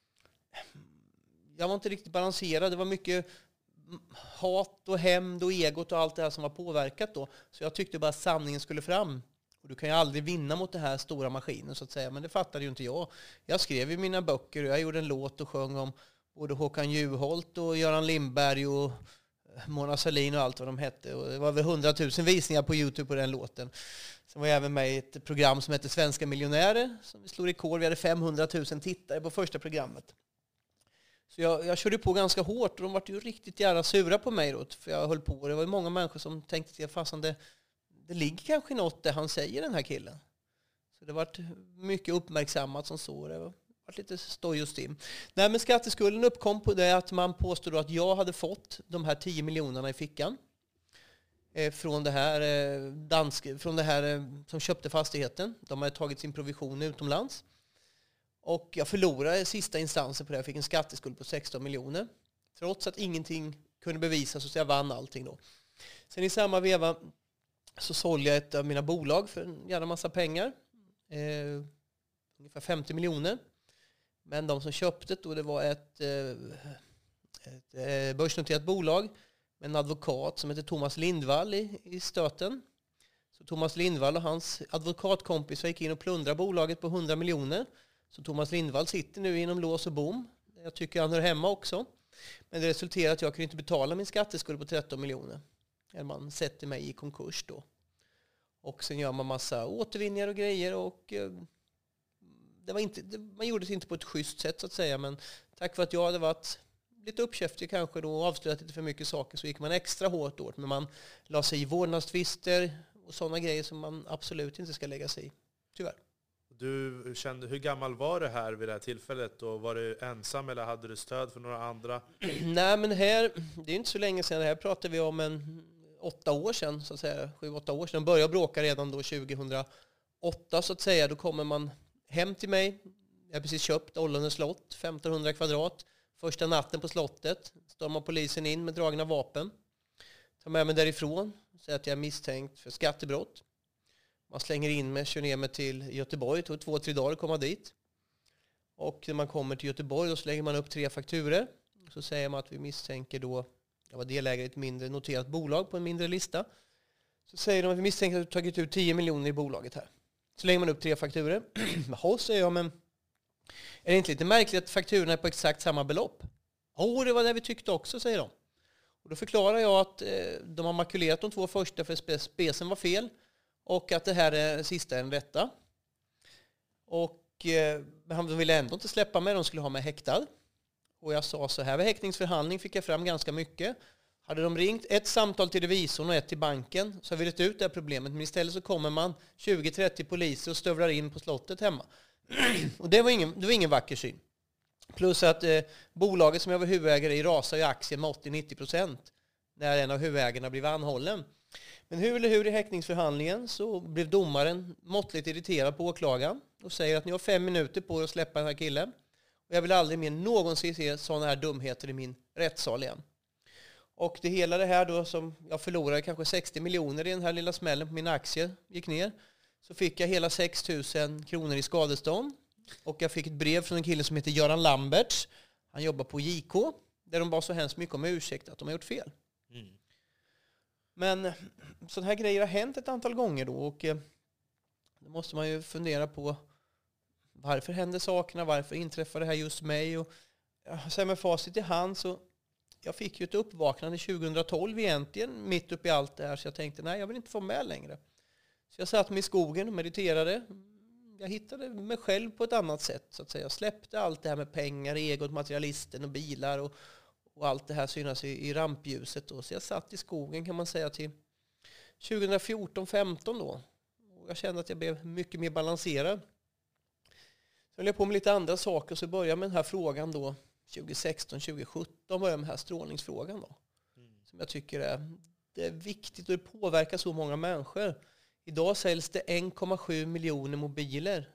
jag var inte riktigt balanserad. Det var mycket hat och hämnd och egot och allt det här som var påverkat då. Så jag tyckte bara att sanningen skulle fram. Och du kan ju aldrig vinna mot den här stora maskinen så att säga. Men det fattade ju inte jag. Jag skrev i mina böcker och jag gjorde en låt och sjöng om både Håkan Juholt och Göran Lindberg och Mona Sahlin och allt vad de hette. Och det var väl 100 000 visningar på YouTube på den låten. Sen var jag även med i ett program som hette Svenska miljonärer. Som vi slog rekord. Vi hade 500 000 tittare på första programmet. Så jag körde på ganska hårt och de var ju riktigt jävla sura på mig då, för jag höll på. Det var ju många människor som tänkte att det ligger kanske något det han säger, den här killen. Så det var mycket uppmärksammat som så. Det var lite stoj och stim. Nej, men skatteskulden uppkom på det att man påstod att jag hade fått de här 10 miljonerna i fickan. från det här som köpte fastigheten. De hade tagit sin provision utomlands. Och jag förlorade sista instansen på det. Jag fick en skatteskuld på 16 miljoner. Trots att ingenting kunde bevisas så jag vann allting då. Sen i samma veva så sålde jag ett av mina bolag för en jävla massa pengar. Ungefär 50 miljoner. Men de som köpte då, det var ett börsnoterat bolag med en advokat som heter Thomas Lindvall i stöten. Så Thomas Lindvall och hans advokatkompis gick in och plundrade bolaget på 100 miljoner. Så Thomas Lindvall sitter nu inom lås och bom. Jag tycker han hör hemma också. Men det resulterar att jag kunde inte betala min skatteskuld på 13 miljoner. Man sätter mig i konkurs då. Och sen gör man massa återvinningar och grejer. Och man gjorde det inte på ett schysst sätt så att säga. Men tack för att jag hade varit lite uppkäftig kanske då och avslöjat lite för mycket saker så gick man extra hårt åt. Men man la sig i vårdnadstvister och sådana grejer som man absolut inte ska lägga sig i. Tyvärr. Du kände, hur gammal var du här vid det här tillfället? Och var du ensam eller hade du stöd för några andra? Nej, men här, det är inte så länge sedan. Det här pratar vi om 8 år sedan, så att säga. 7-8 år sedan. De började bråka redan då 2008 så att säga. Då kommer man hem till mig. Jag har precis köpt Ollone slott, 1500 kvadrat. Första natten på slottet stormar polisen in med dragna vapen. Tar med mig därifrån. Säger att jag är misstänkt för skattebrott. Man slänger in mig, kör ner mig till Göteborg. Det tog 2-3 dagar att komma dit. Och när man kommer till Göteborg då slänger man upp 3 fakturer. Så säger man att vi misstänker då, jag var delägare i ett mindre noterat bolag på en mindre lista. Så säger de att vi misstänker att du tagit ut 10 miljoner i bolaget här. Så lägger man upp 3 fakturer. Jaha, säger jag, men är det inte lite märkligt att fakturorna är på exakt samma belopp? Det var det vi tyckte också, säger de. Och då förklarar jag att de har makulerat de 2 första för spesen var fel. Och att det här är sista än rätta. Och de ville ändå inte släppa mig. De skulle ha mig häktad. Och jag sa så här, vid häktningsförhandling fick jag fram ganska mycket. Hade de ringt ett samtal till revisorn och ett till banken så har vi rätt ut det här problemet. Men istället så kommer man 20-30 poliser och stövlar in på slottet hemma. Och det var ingen vacker syn. Plus att bolaget som jag var huvudägare i rasade i aktien med 80-90% när en av huvudägarna blev anhållen. Men hur eller hur i häktningsförhandlingen så blev domaren måttligt irriterad på åklagaren och säger att ni har 5 minuter på er att släppa den här killen. Och jag vill aldrig mer någonsin se sådana här dumheter i min rättssal igen. Och det hela det här då som jag förlorade kanske 60 miljoner i den här lilla smällen på mina aktier gick ner. Så fick jag hela 6 000 kronor i skadestånd. Och jag fick ett brev från en kille som heter Göran Lamberts. Han jobbar på JK. Där de bad så hemskt mycket om ursäkt att de har gjort fel. Mm. Men sådana här grejer har hänt ett antal gånger då. Och då måste man ju fundera på varför händer sakerna? Varför inträffar det här just mig? Och sen med facit i hand så jag fick ju ett uppvaknande 2012 egentligen. Mitt upp i allt det här. Så jag tänkte nej, jag vill inte få med längre. Så jag satt mig i skogen och mediterade. Jag hittade mig själv på ett annat sätt så att säga. Jag släppte allt det här med pengar, egot, materialisten och bilar och allt det här synas i rampljuset då. Så jag satt i skogen kan man säga till 2014-15 då. Och jag kände att jag blev mycket mer balanserad. Så höll jag på med lite andra saker så började jag med den här frågan då 2016-2017 började jag med den här strålningsfrågan då. Som jag tycker det är viktigt och det påverkar så många människor. Idag säljs det 1,7 miljoner mobiler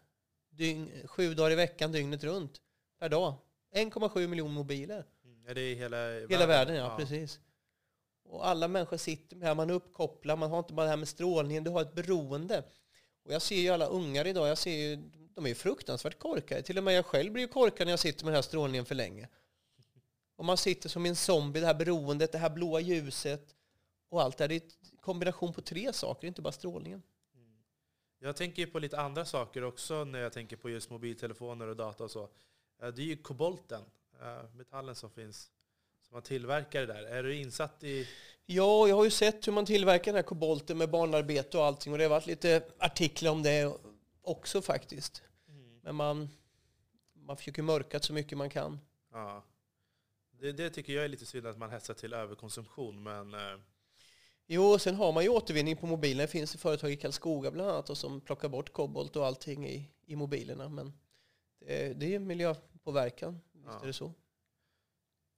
7 dagar i veckan, dygnet runt, per dag. 1,7 miljoner mobiler. Är det i hela världen, ja, precis. Och alla människor sitter med här, man är uppkopplad, man har inte bara det här med strålningen, du har ett beroende. Och jag ser ju alla ungar idag, de är ju fruktansvärt korkade. Till och med jag själv blir ju korkad när jag sitter med den här strålningen för länge. Och man sitter som en zombie, det här beroendet, det här blåa ljuset och allt det här. Det är en kombination på 3 saker, inte bara strålningen. Jag tänker på lite andra saker också när jag tänker på just mobiltelefoner och data och så. Det är ju kobolten, metallen som finns, som man tillverkar det där. Är du insatt i? Ja, jag har ju sett hur man tillverkar den här kobolten med barnarbete och allting. Och det har varit lite artiklar om det också faktiskt. Men man försöker mörka så mycket man kan. Ja. Det tycker jag är lite synd att man hetsar till överkonsumtion, men... Jo, sen har man ju återvinning på mobilen. Det finns ett företag i Karlskoga bland annat och som plockar bort kobolt och allting i mobilerna. Men det är miljöpåverkan, visst är det så.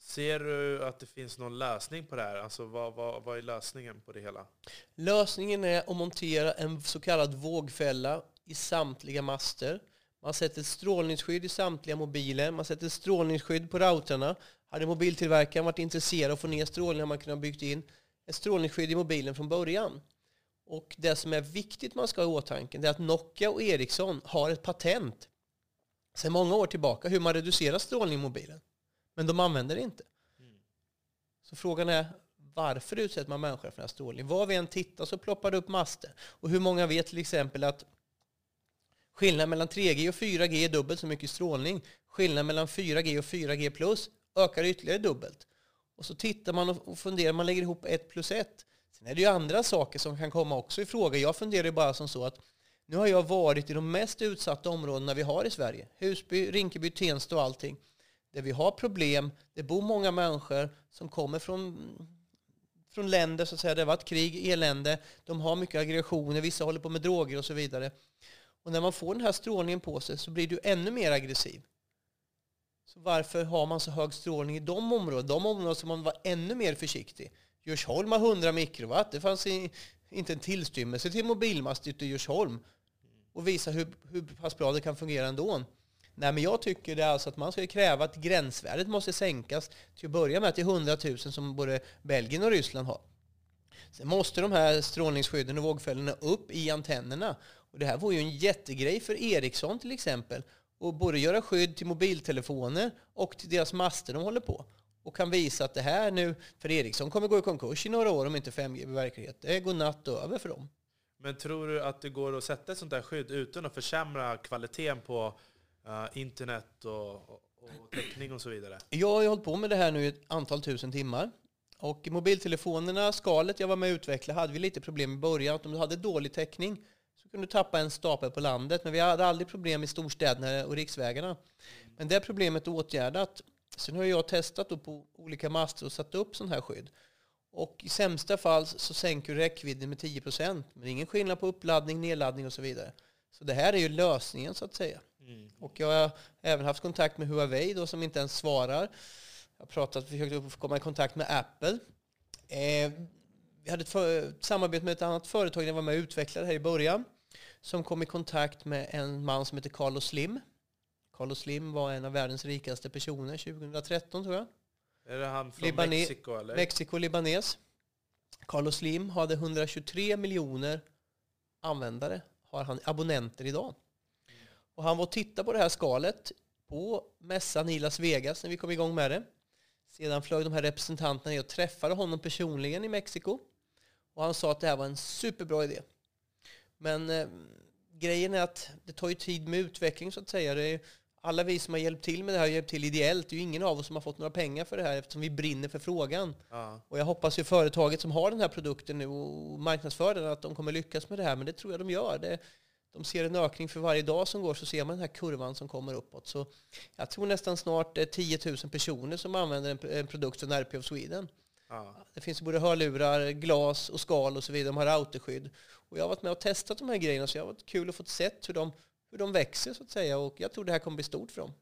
Ser du att det finns någon lösning på det här? Alltså vad är lösningen på det hela? Lösningen är att montera en så kallad vågfälla i samtliga master. Man sätter ett strålningsskydd i samtliga mobiler. Man sätter ett strålningsskydd på routrarna. Hade mobiltillverkaren varit intresserad av att få ner strålningen, man kunde ha byggt in ett strålningsskydd i mobilen från början. Och det som är viktigt man ska ha i åtanke är att Nokia och Ericsson har ett patent sedan många år tillbaka hur man reducerar strålning i mobilen. Men de använder det inte. Så frågan är, varför utsätter man människor för den här strålningen? Var vi än tittar så ploppar det upp master. Och hur många vet till exempel att skillnaden mellan 3G och 4G är dubbelt så mycket strålning. Skillnaden mellan 4G och 4G plus ökar ytterligare dubbelt. Och så tittar man och funderar, man lägger ihop 1 plus 1. Sen är det ju andra saker som kan komma också i fråga. Jag funderar ju bara som så att nu har jag varit i de mest utsatta områdena vi har i Sverige. Husby, Rinkeby, Tensta och allting. Där vi har problem, det bor många människor som kommer från länder så att säga, det har varit krig, elände, de har mycket aggressioner, vissa håller på med droger och så vidare. Och när man får den här strålningen på sig så blir du ännu mer aggressiv. Så varför har man så hög strålning i de områden som man var ännu mer försiktig? Djursholm har 100 mikrowatt, det fanns inte en tillstymmelse till mobilmast ute i Djursholm. Och visa hur pass bra det kan fungera ändå. Nej, men jag tycker det är alltså att man ska kräva att gränsvärdet måste sänkas till att börja med till 100 000 som både Belgien och Ryssland har. Sen måste de här strålningsskydden och vågfällorna upp i antennerna. Och det här var ju en jättegrej för Ericsson till exempel. Och både göra skydd till mobiltelefoner och till deras master de håller på. Och kan visa att det här nu, för Ericsson kommer gå i konkurs i några år om inte 5G blir verklighet. Det går natt över för dem. Men tror du att det går att sätta ett sånt där skydd utan att försämra kvaliteten på internet och täckning och så vidare? Jag har hållit på med det här nu i ett antal tusen timmar. Och mobiltelefonerna, skalet jag var med och utvecklade, hade vi lite problem i början. Att om du hade dålig täckning så kunde du tappa en stapel på landet. Men vi hade aldrig problem i storstäderna och riksvägarna. Men det problemet är åtgärdat. Sen har jag testat då på olika master och satt upp sån här skydd. Och i sämsta fall så sänker räckvidden med 10%. Men det är ingen skillnad på uppladdning, nedladdning och så vidare. Så det här är ju lösningen så att säga. Och jag har även haft kontakt med Huawei då, som inte ens svarar. Jag har försökt komma i kontakt med Apple. Vi hade ett samarbete med ett annat företag när jag var med och utvecklade här i början. Som kom i kontakt med en man som heter Carlos Slim. Carlos Slim var en av världens rikaste personer 2013 tror jag. Är det han från Mexiko eller? Mexiko, libanes. Carlos Slim hade 123 miljoner användare. Har han abonnenter idag. Och han var och tittade på det här skalet på mässan i Las Vegas när vi kom igång med det. Sedan flög de här representanterna ner och träffade honom personligen i Mexiko. Och han sa att det här var en superbra idé. Men grejen är att det tar ju tid med utveckling så att säga. Det är alla vi som har hjälpt till med det här har hjälpt till ideellt. Det är ju ingen av oss som har fått några pengar för det här eftersom vi brinner för frågan. Ja. Och jag hoppas ju företaget som har den här produkten nu och marknadsför den att de kommer lyckas med det här. Men det tror jag de gör. De ser en ökning för varje dag som går så ser man den här kurvan som kommer uppåt. Så jag tror nästan snart 10 000 personer som använder en produkt från RP of Sweden. Ja. Det finns både hörlurar, glas och skal och så vidare. De har routerskydd. Och jag har varit med och testat de här grejerna så jag har varit kul att få sett hur de växer så att säga. Och jag tror det här kommer bli stort för dem.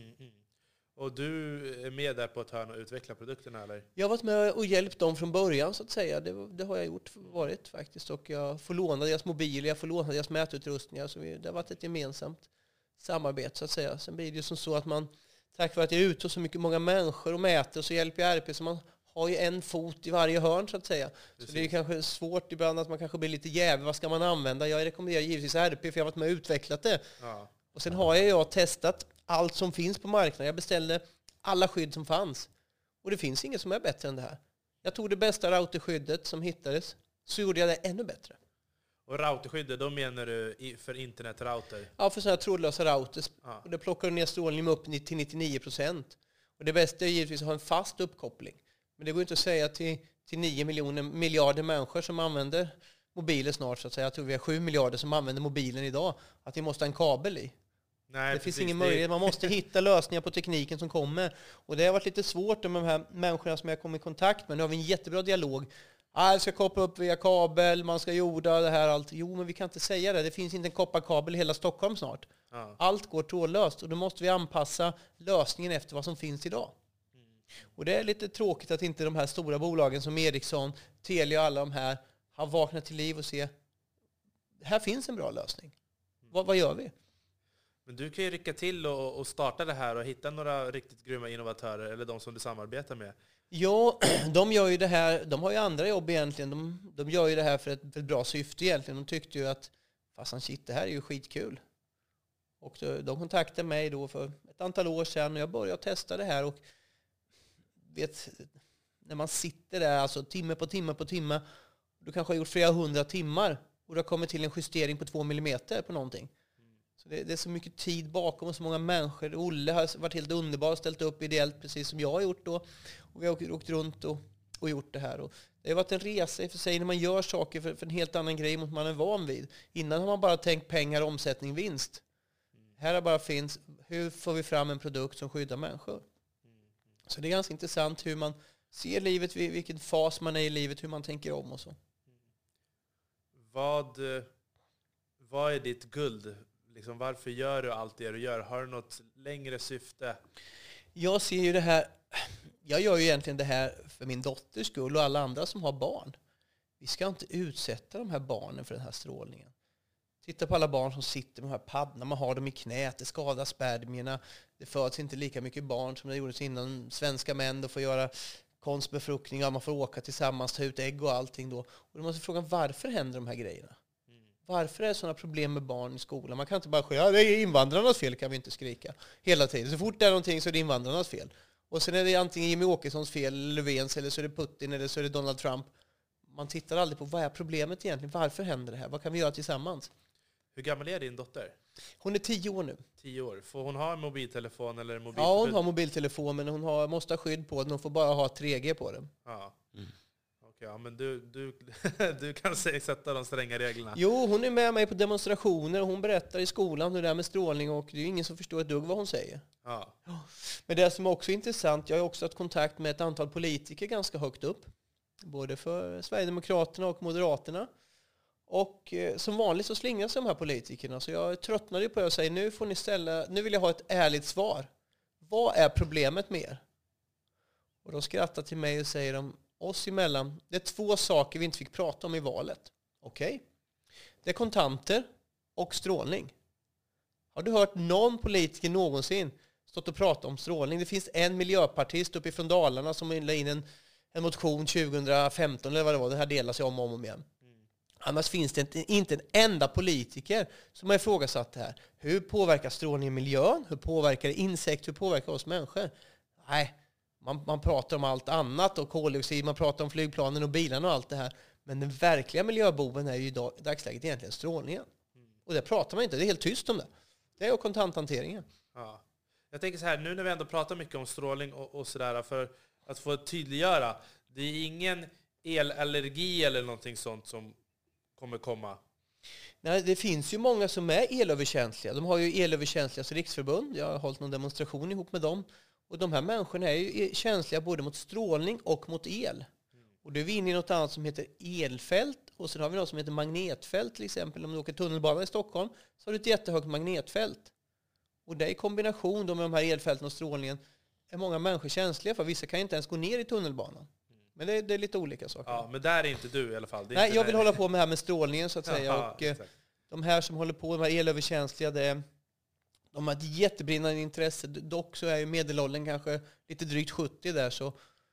Och du är med där på ett hörn och utveckla produkterna eller? Jag har varit med och hjälpt dem från början så att säga. Det har jag varit faktiskt. Och jag får låna deras mobiler, jag får låna deras mätutrustningar. Så det har varit ett gemensamt samarbete så att säga. Sen blir det ju som så att man, tack vare att jag är ute och så mycket många människor och mäter så hjälper jag RP så man har ju en fot i varje hörn så att säga. Precis. Så det är kanske svårt ibland att man kanske blir lite jävig. Vad ska man använda? Jag rekommenderar givetvis RP för jag har varit med och utvecklat det. Ja. Och sen har jag testat allt som finns på marknaden. Jag beställde alla skydd som fanns. Och det finns inget som är bättre än det här. Jag tog det bästa routerskyddet som hittades. Så gjorde jag det ännu bättre. Och routerskyddet, då menar du för internetrouter? Ja, för sådana här trådlösa routers. Ja. Och det plockar ner strålningen upp till 99%. Och det bästa är givetvis att ha en fast uppkoppling. Men det går inte att säga till 9 miljarder människor som använder mobiler snart. Så att säga. Jag tror vi har 7 miljarder som använder mobilen idag. Att vi måste ha en kabel i. Nej, det finns ingen möjlighet. Man måste hitta lösningar på tekniken som kommer. Och det har varit lite svårt med de här människorna som jag kom i kontakt med. Nu har vi en jättebra dialog. Jag ska koppla upp via kabel, man ska jorda det här. Allt. Jo, men vi kan inte säga det. Det finns inte en kopparkabel i hela Stockholm snart. Ja. Allt går trådlöst. Och då måste vi anpassa lösningen efter vad som finns idag. Och det är lite tråkigt att inte de här stora bolagen som Ericsson, Telia och alla de här har vaknat till liv och se här finns en bra lösning. Vad gör vi? Men du kan ju rycka till och starta det här och hitta några riktigt grymma innovatörer eller de som du samarbetar med. Ja, de gör ju det här, de har ju andra jobb egentligen. De gör ju det här för ett bra syfte egentligen. De tyckte ju att shit, det här är ju skitkul. Och de kontaktade mig då för ett antal år sedan och jag började testa det här och vet, när man sitter där alltså timme på timme, du kanske har gjort flera 100 timmar och du har kommit till en justering på 2 millimeter på någonting. Så det är så mycket tid bakom och så många människor. Olle har varit helt underbar och ställt upp ideellt precis som jag har gjort då. Och vi har åkt runt och gjort det här. Och det har varit en resa i för sig när man gör saker för en helt annan grej mot man är van vid. Innan har man bara tänkt pengar, omsättning, vinst. Här har bara finns, hur får vi fram en produkt som skyddar människor? Så det är ganska intressant hur man ser livet, vilken fas man är i livet, hur man tänker om och så. Vad är ditt guld? Liksom, varför gör du allt det du gör? Har du något längre syfte? Jag ser ju det här, jag gör ju egentligen det här för min dotters skull och alla andra som har barn. Vi ska inte utsätta de här barnen för den här strålningen. Titta på alla barn som sitter med de här paddorna, man har dem i knät, det skadar spermierna. Det föds inte lika mycket barn som det gjordes innan. Svenska män då får göra konstbefruktningar, man får åka tillsammans, ta ut ägg och allting då. Och då måste fråga, varför händer de här grejerna? Varför är det sådana problem med barn i skolan? Man kan inte bara säga, det är invandrarnas fel, kan vi inte skrika hela tiden. Så fort det är någonting så är det invandrarnas fel. Och sen är det antingen Jimmy Åkessons fel, eller Löfvens, eller så är det Putin, eller så är det Donald Trump. Man tittar aldrig på, vad är problemet egentligen? Varför händer det här? Vad kan vi göra tillsammans? Hur gammal är din dotter? Hon är 10 år nu. 10 år. Får hon ha en mobiltelefon eller Ja, hon har mobiltelefon, men hon måste ha skydd på den. Hon får bara ha 3G på den. Ja. Okej, ja, men du kan sätta de stränga reglerna. Jo, hon är med mig på demonstrationer och hon berättar i skolan hur det är med strålning och det är ingen som förstår ett dugg vad hon säger. Ja. Men det som är också intressant, jag har också haft kontakt med ett antal politiker ganska högt upp. Både för Sverigedemokraterna och Moderaterna. Och som vanligt så slingrar sig de här politikerna. Så jag tröttnade på det och säger, nu vill jag ha ett ärligt svar. Vad är problemet med er? Och de skrattar till mig och säger oss emellan, det är 2 saker vi inte fick prata om i valet. Okej? Det är kontanter och strålning. Har du hört någon politiker någonsin stått och prata om strålning? Det finns en miljöpartist uppifrån Dalarna som la in en motion 2015 eller vad det var. Det här delas om och om igen. Annars finns det inte en enda politiker som har ifrågasatt det här. Hur påverkar strålningen miljön? Hur påverkar det insekter? Hur påverkar oss människor? Nej, man pratar om allt annat och koldioxid, man pratar om flygplanen och bilarna och allt det här. Men den verkliga miljöboven är ju i dagsläget egentligen strålningen. Och det pratar man inte, det är helt tyst om det. Det är kontanthanteringen. Ja. Jag tänker så här, nu när vi ändå pratar mycket om strålning och sådär, för att få tydliggöra, det är ingen elallergi eller någonting sånt som kommer komma. Nej, det finns ju många som är elöverkänsliga. De har ju Elöverkänsligas riksförbund. Jag har hållit någon demonstration ihop med dem. Och de här människorna är ju känsliga både mot strålning och mot el. Och då är vi inne i något annat som heter elfält. Och sen har vi något som heter magnetfält till exempel. Om du åker tunnelbana i Stockholm så har du ett jättehögt magnetfält. Och det i kombination med de här elfälten och strålningen är många människor känsliga för. Vissa kan inte ens gå ner i tunnelbanan. Men det är lite olika saker. Ja, men där är inte du i alla fall. Nej, jag vill hålla på med det här med strålningen så att säga. Aha, och de här som håller på med elöverkänsliga, de har ett jättebrinnande intresse. Dock så är ju medelåldern kanske lite drygt 70 där. Så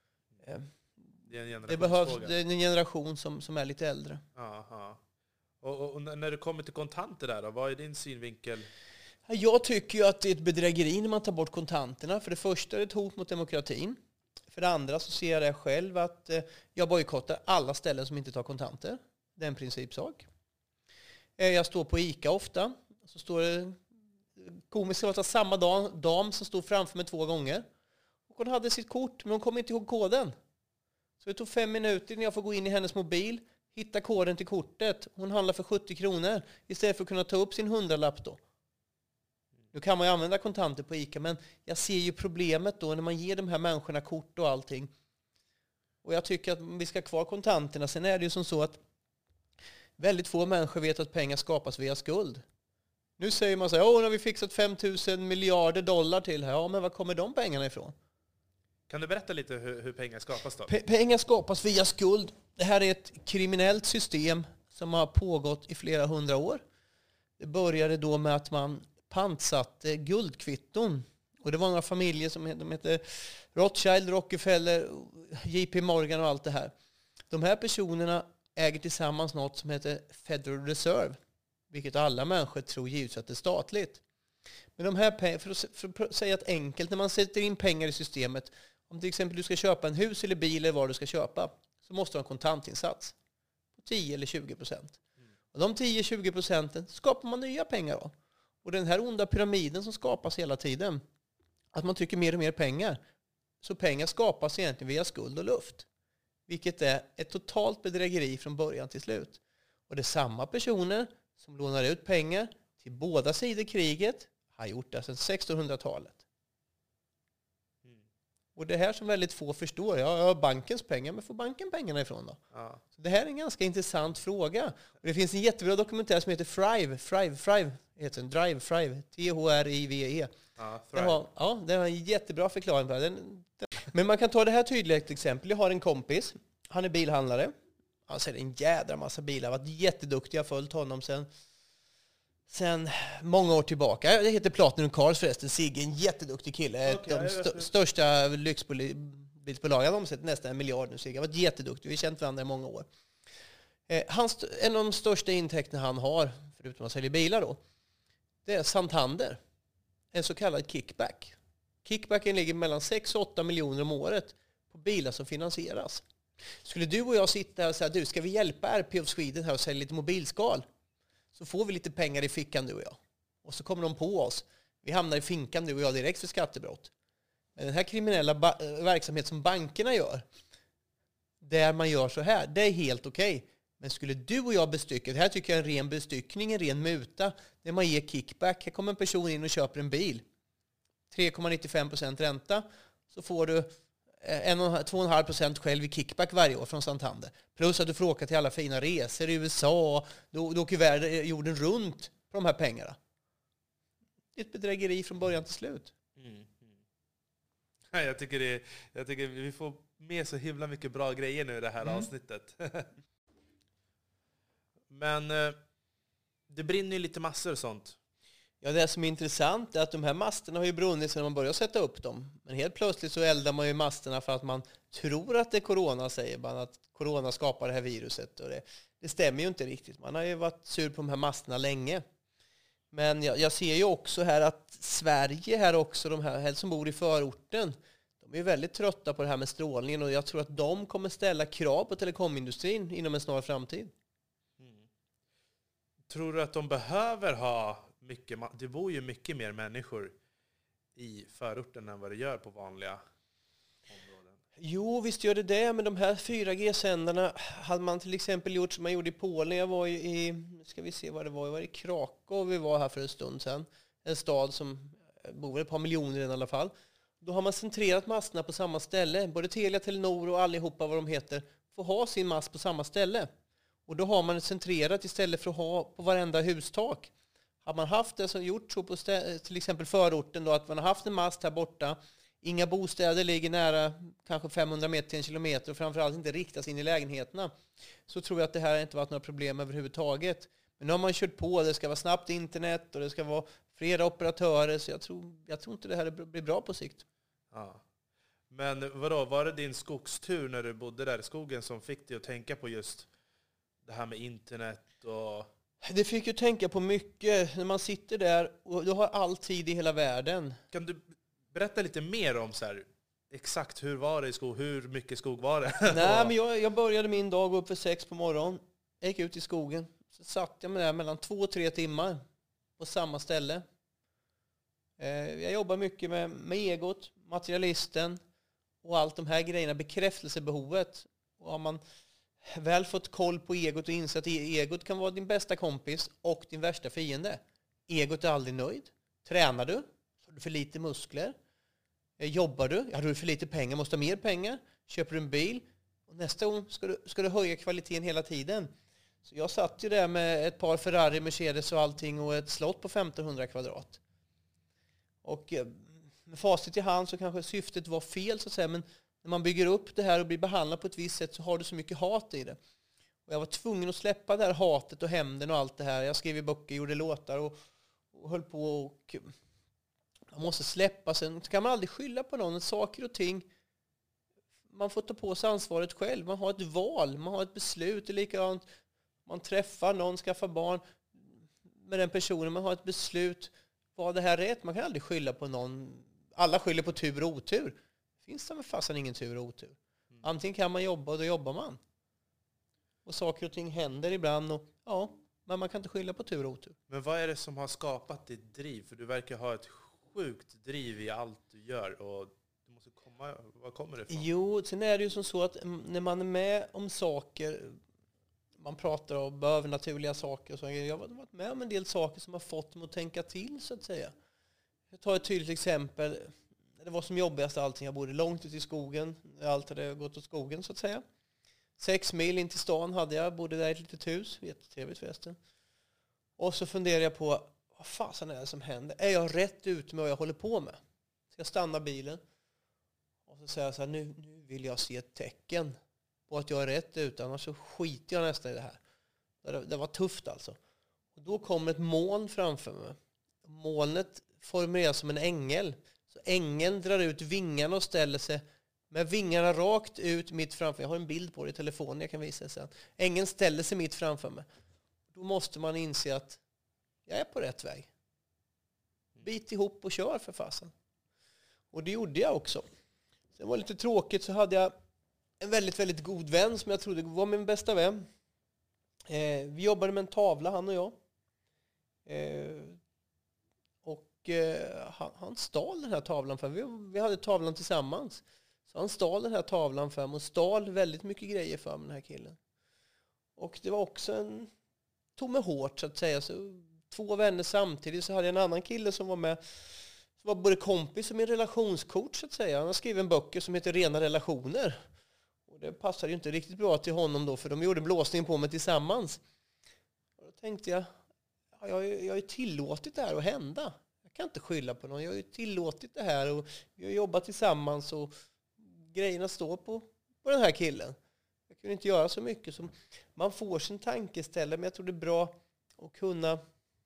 det behövs en generation som är lite äldre. Aha. Och när det kommer till kontanter där då, vad är din synvinkel? Jag tycker ju att det är ett bedrägeri när man tar bort kontanterna. För det första är det ett hot mot demokratin. För det andra så ser jag det själv att jag bojkottar alla ställen som inte tar kontanter. Det är en principsak. Jag står på ICA ofta. Så står det komiskt att samma dam som stod framför mig 2 gånger. Och hon hade sitt kort men hon kom inte ihåg koden. Så det tog 5 minuter när jag får gå in i hennes mobil, hitta koden till kortet. Hon handlar för 70 kronor istället för att kunna ta upp sin 100-lapp då. Nu kan man ju använda kontanter på ICA, men jag ser ju problemet då när man ger de här människorna kort och allting. Och jag tycker att vi ska ha kvar kontanterna. Sen är det ju som så att väldigt få människor vet att pengar skapas via skuld. Nu säger man så här, nu har vi fixat $5 000 miljarder till här. Ja, men var kommer de pengarna ifrån? Kan du berätta lite hur pengar skapas då? Pengar skapas via skuld. Det här är ett kriminellt system som har pågått i flera hundra år. Det började då med att man pantsatte guldkvitton. Och det var några familjer som heter Rothschild, Rockefeller, JP Morgan och allt det här. De här personerna äger tillsammans något som heter Federal Reserve. Vilket alla människor tror givetvis att det är statligt. Men de här för att säga att enkelt, när man sätter in pengar i systemet, om till exempel du ska köpa en hus eller bil eller vad du ska köpa, så måste du ha en kontantinsats på 10 eller 20%. Och de 10-20% skapar man nya pengar av. Och den här onda pyramiden som skapas hela tiden, att man trycker mer och mer pengar, så pengar skapas egentligen via skuld och luft. Vilket är ett totalt bedrägeri från början till slut. Och det är samma personer som lånar ut pengar till båda sidor kriget, har gjort det sedan 1600-talet. Och det här som väldigt få förstår, jag har bankens pengar, men får banken pengarna ifrån då? Ja. Så det här är en ganska intressant fråga. Och det finns en jättebra dokumentär som heter Thrive heter den, Thrive, T-H-R-I-V-E. Ja, det har en jättebra förklaring på det. Men man kan ta det här tydliga exempel. Jag har en kompis, han är bilhandlare. Han säljer en jädra massa bilar, har varit jätteduktig, jag har följt honom sen många år tillbaka. Det heter Platinum Cars förresten. Sigge, en jätteduktig kille. De största lyxbilsbolagen har omsett nästan 1 miljard nu. Sigge har varit jätteduktig. Vi har känt varandra i många år. En av de största intäkterna han har, förutom att sälja bilar då, det är Santander. En så kallad kickback. Kickbacken ligger mellan 6 och 8 miljoner om året på bilar som finansieras. Skulle du och jag sitta här och säga, du, ska vi hjälpa RP of Sweden här och sälja lite mobilskal? Så får vi lite pengar i fickan, du och jag. Och så kommer de på oss. Vi hamnar i finkan, du och jag, direkt för skattebrott. Men den här kriminella verksamhet som bankerna gör, där man gör så här, det är helt okej. Men skulle du och jag bestycka, det här tycker jag är en ren bestyckning, en ren muta, där man ger kickback. Här kommer en person in och köper en bil. 3,95% ränta, så får du 2,5% själv i kickback varje år från Santander. Plus att du får åka till alla fina resor i USA. Du åker jorden runt på de här pengarna. Det är ett bedrägeri från början till slut. Jag tycker vi får med så himla mycket bra grejer nu i det här avsnittet. Men det brinner ju lite massor och sånt. Ja, det som är intressant är att de här masterna har ju brunnit sedan man började sätta upp dem. Men helt plötsligt så eldar man ju masterna för att man tror att det är corona, säger man, att corona skapar det här viruset. Och det stämmer ju inte riktigt. Man har ju varit sur på de här masterna länge. Men jag ser ju också här att Sverige här också, de här som bor i förorten, de är väldigt trötta på det här med strålningen, och jag tror att de kommer ställa krav på telekomindustrin inom en snar framtid. Tror du att de behöver ha mycket? Det bor ju mycket mer människor i förorten än vad det gör på vanliga områden. Jo, visst gör det, men de här 4G-sändarna hade man till exempel gjort som man gjorde i Polen. Jag var ju i, ska vi se vad det var, jag var i Krakow, vi var här för en stund sedan. En stad som bor ett par miljoner i alla fall. Då har man centrerat masterna på samma ställe. Både Telia, Telenor och allihopa vad de heter får ha sin mast på samma ställe. Och då har man centrerat istället för att ha på varenda hustak. Har man haft det som gjort så på till exempel förorten då, att man har haft en mast här borta, inga bostäder ligger nära kanske 500 meter till 1 kilometer och framförallt inte riktas in i lägenheterna, så tror jag att det här inte varit några problem överhuvudtaget. Men nu har man kört på, det ska vara snabbt internet och det ska vara flera operatörer, så jag tror inte det här blir bra på sikt. Ja. Men vadå, var det din skogstur när du bodde där i skogen som fick dig att tänka på just det här med internet och... Det fick ju tänka på mycket när man sitter där och du har all tid i hela världen. Kan du berätta lite mer om så här, exakt hur var det i skog, hur mycket skog var det? Nej, men jag började min dag upp för 6 på morgonen. Jag gick ut i skogen. Så satt jag med där mellan 2 och 3 timmar på samma ställe. Jag jobbar mycket med egot, materialisten och allt de här grejerna, bekräftelsebehovet. Och har man väl fått koll på egot och insett att egot kan vara din bästa kompis och din värsta fiende. Egot är aldrig nöjd. Tränar du? Har du för lite muskler? Jobbar du? Har du för lite pengar? Måste ha mer pengar? Köper du en bil? Och nästa gång ska du höja kvaliteten hela tiden. Så jag satt ju där med ett par Ferrari, Mercedes och allting och ett slott på 1500 kvadrat. Och med facit i hand så kanske syftet var fel så att säga, men när man bygger upp det här och blir behandlad på ett visst sätt så har du så mycket hat i det. Och jag var tvungen att släppa det här hatet och hämnden och allt det här. Jag skrev i böcker, gjorde låtar och höll på och man måste släppa. Sen kan man aldrig skylla på någon. Saker och ting, man får ta på sig ansvaret själv. Man har ett val, man har ett beslut. Det är likadant, man träffar någon, skaffar barn med den personen. Man har ett beslut. Var det här rätt? Man kan aldrig skylla på någon. Alla skyller på tur och otur. Finns det med fasen ingen tur och otur? Antingen kan man jobba och då jobbar man. Och saker och ting händer ibland. Och, ja, men man kan inte skylla på tur och otur. Men vad är det som har skapat ditt driv? För du verkar ha ett sjukt driv i allt du gör. Och du måste komma, var kommer det ifrån? Jo, sen är det ju som så att när man är med om saker, man pratar om övernaturliga saker. Och så, jag har varit med om en del saker som har fått mig att tänka till så att säga. Jag tar ett tydligt exempel. Det var som jobbigast allting. Jag bodde långt ute i skogen. Allt hade gått åt skogen så att säga. 6 mil in till stan hade jag. Bodde där i ett litet hus. Jättetrevligt förresten. Och så funderade jag på, vad fasen är det som händer? Är jag rätt ute med vad jag håller på med? Ska jag stanna bilen? Och så säger jag så här, nu vill jag se ett tecken på att jag är rätt ute. Annars så skiter jag nästan i det här. Det var tufft alltså. Och då kommer ett moln framför mig. Molnet formuleras som en ängel. Så ängeln drar ut vingarna och ställer sig med vingarna rakt ut mitt framför. Jag har en bild på det i telefonen, jag kan visa sen. Ängeln ställer sig mitt framför mig. Då måste man inse att jag är på rätt väg. Bit ihop och kör för fasen. Och det gjorde jag också. Sen var det lite tråkigt, så hade jag en väldigt, väldigt god vän som jag trodde var min bästa vän. Vi jobbade med en tavla, han och jag. Han stal den här tavlan för vi hade tavlan tillsammans. Så han stal den här tavlan för mig och stal väldigt mycket grejer för mig, den här killen. Och det var också tog mig hårt så att säga. Så 2 vänner samtidigt, så hade jag en annan kille som var med, som var både kompis och min relationscoach så att säga. Han har skrivit en böcker som heter Rena relationer. Och det passade ju inte riktigt bra till honom då, för de gjorde blåsningen på mig tillsammans. Och då tänkte jag, jag har ju tillåtit det här att hända. Jag kan inte skylla på någon. Jag har ju tillåtit det här och vi har jobbat tillsammans och grejerna står på den här killen. Jag kunde inte göra så mycket. Så man får sin tankeställare, men jag tror det är bra att kunna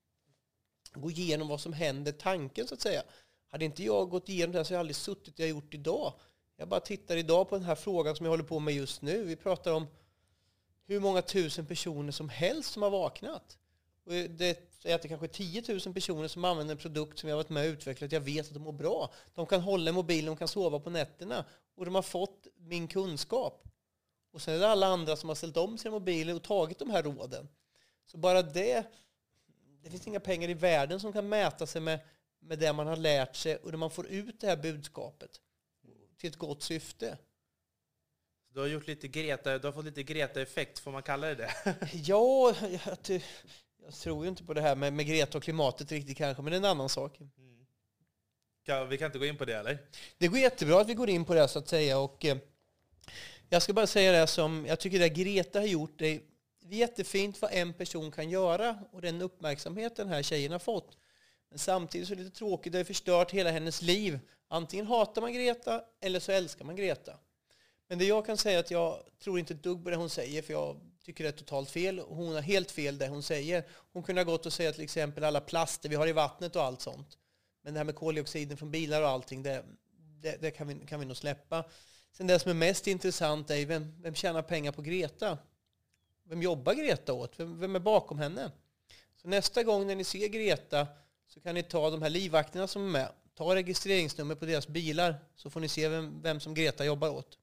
gå igenom vad som händer, tanken så att säga. Hade inte jag gått igenom det här så hade jag aldrig suttit där jag gjort idag. Jag bara tittar idag på den här frågan som jag håller på med just nu. Vi pratar om hur många tusen personer som helst som har vaknat. Och det är att det kanske är 10 000 personer som använder en produkt som jag har varit med och utvecklat. Jag vet att de mår bra. De kan hålla i mobilen, de kan sova på nätterna. Och de har fått min kunskap. Och sen är det alla andra som har ställt om sina mobiler och tagit de här råden. Så bara det finns inga pengar i världen som kan mäta sig med det man har lärt sig och när man får ut det här budskapet till ett gott syfte. Du har gjort lite Greta, du har fått lite Greta-effekt, får man kalla det? Ja, jag tror ju inte på det här med Greta och klimatet riktigt kanske, men det är en annan sak. Vi kan inte gå in på det, eller? Det går jättebra att vi går in på det så att säga. Och jag ska bara säga det som jag tycker det Greta har gjort. Det är jättefint vad en person kan göra och den uppmärksamhet den här tjejen har fått. Men samtidigt så är det lite tråkigt, det har förstört hela hennes liv. Antingen hatar man Greta eller så älskar man Greta. Men det jag kan säga är att jag tror inte ett dugg på det hon säger, för jag tycker det är totalt fel. Hon har helt fel det hon säger. Hon kunde ha gått och säga till exempel alla plaster vi har i vattnet och allt sånt. Men det här med koldioxiden från bilar och allting, det kan vi nog släppa. Sen det som är mest intressant är vem tjänar pengar på Greta? Vem jobbar Greta åt? Vem är bakom henne? Så nästa gång när ni ser Greta så kan ni ta de här livvakterna som är med. Ta registreringsnummer på deras bilar så får ni se vem som Greta jobbar åt.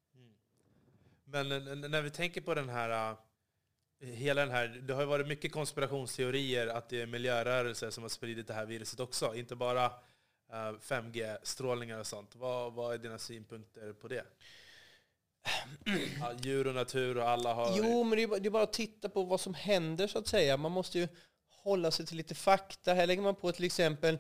Men när vi tänker på den här, hela den här, det har ju varit mycket konspirationsteorier att det är miljörörelser som har spridit det här viruset också, inte bara 5G-strålningar och sånt. Vad är dina synpunkter på det? Ja, djur och natur och alla har... Jo, men det är bara att titta på vad som händer så att säga. Man måste ju hålla sig till lite fakta. Här lägger man på till exempel,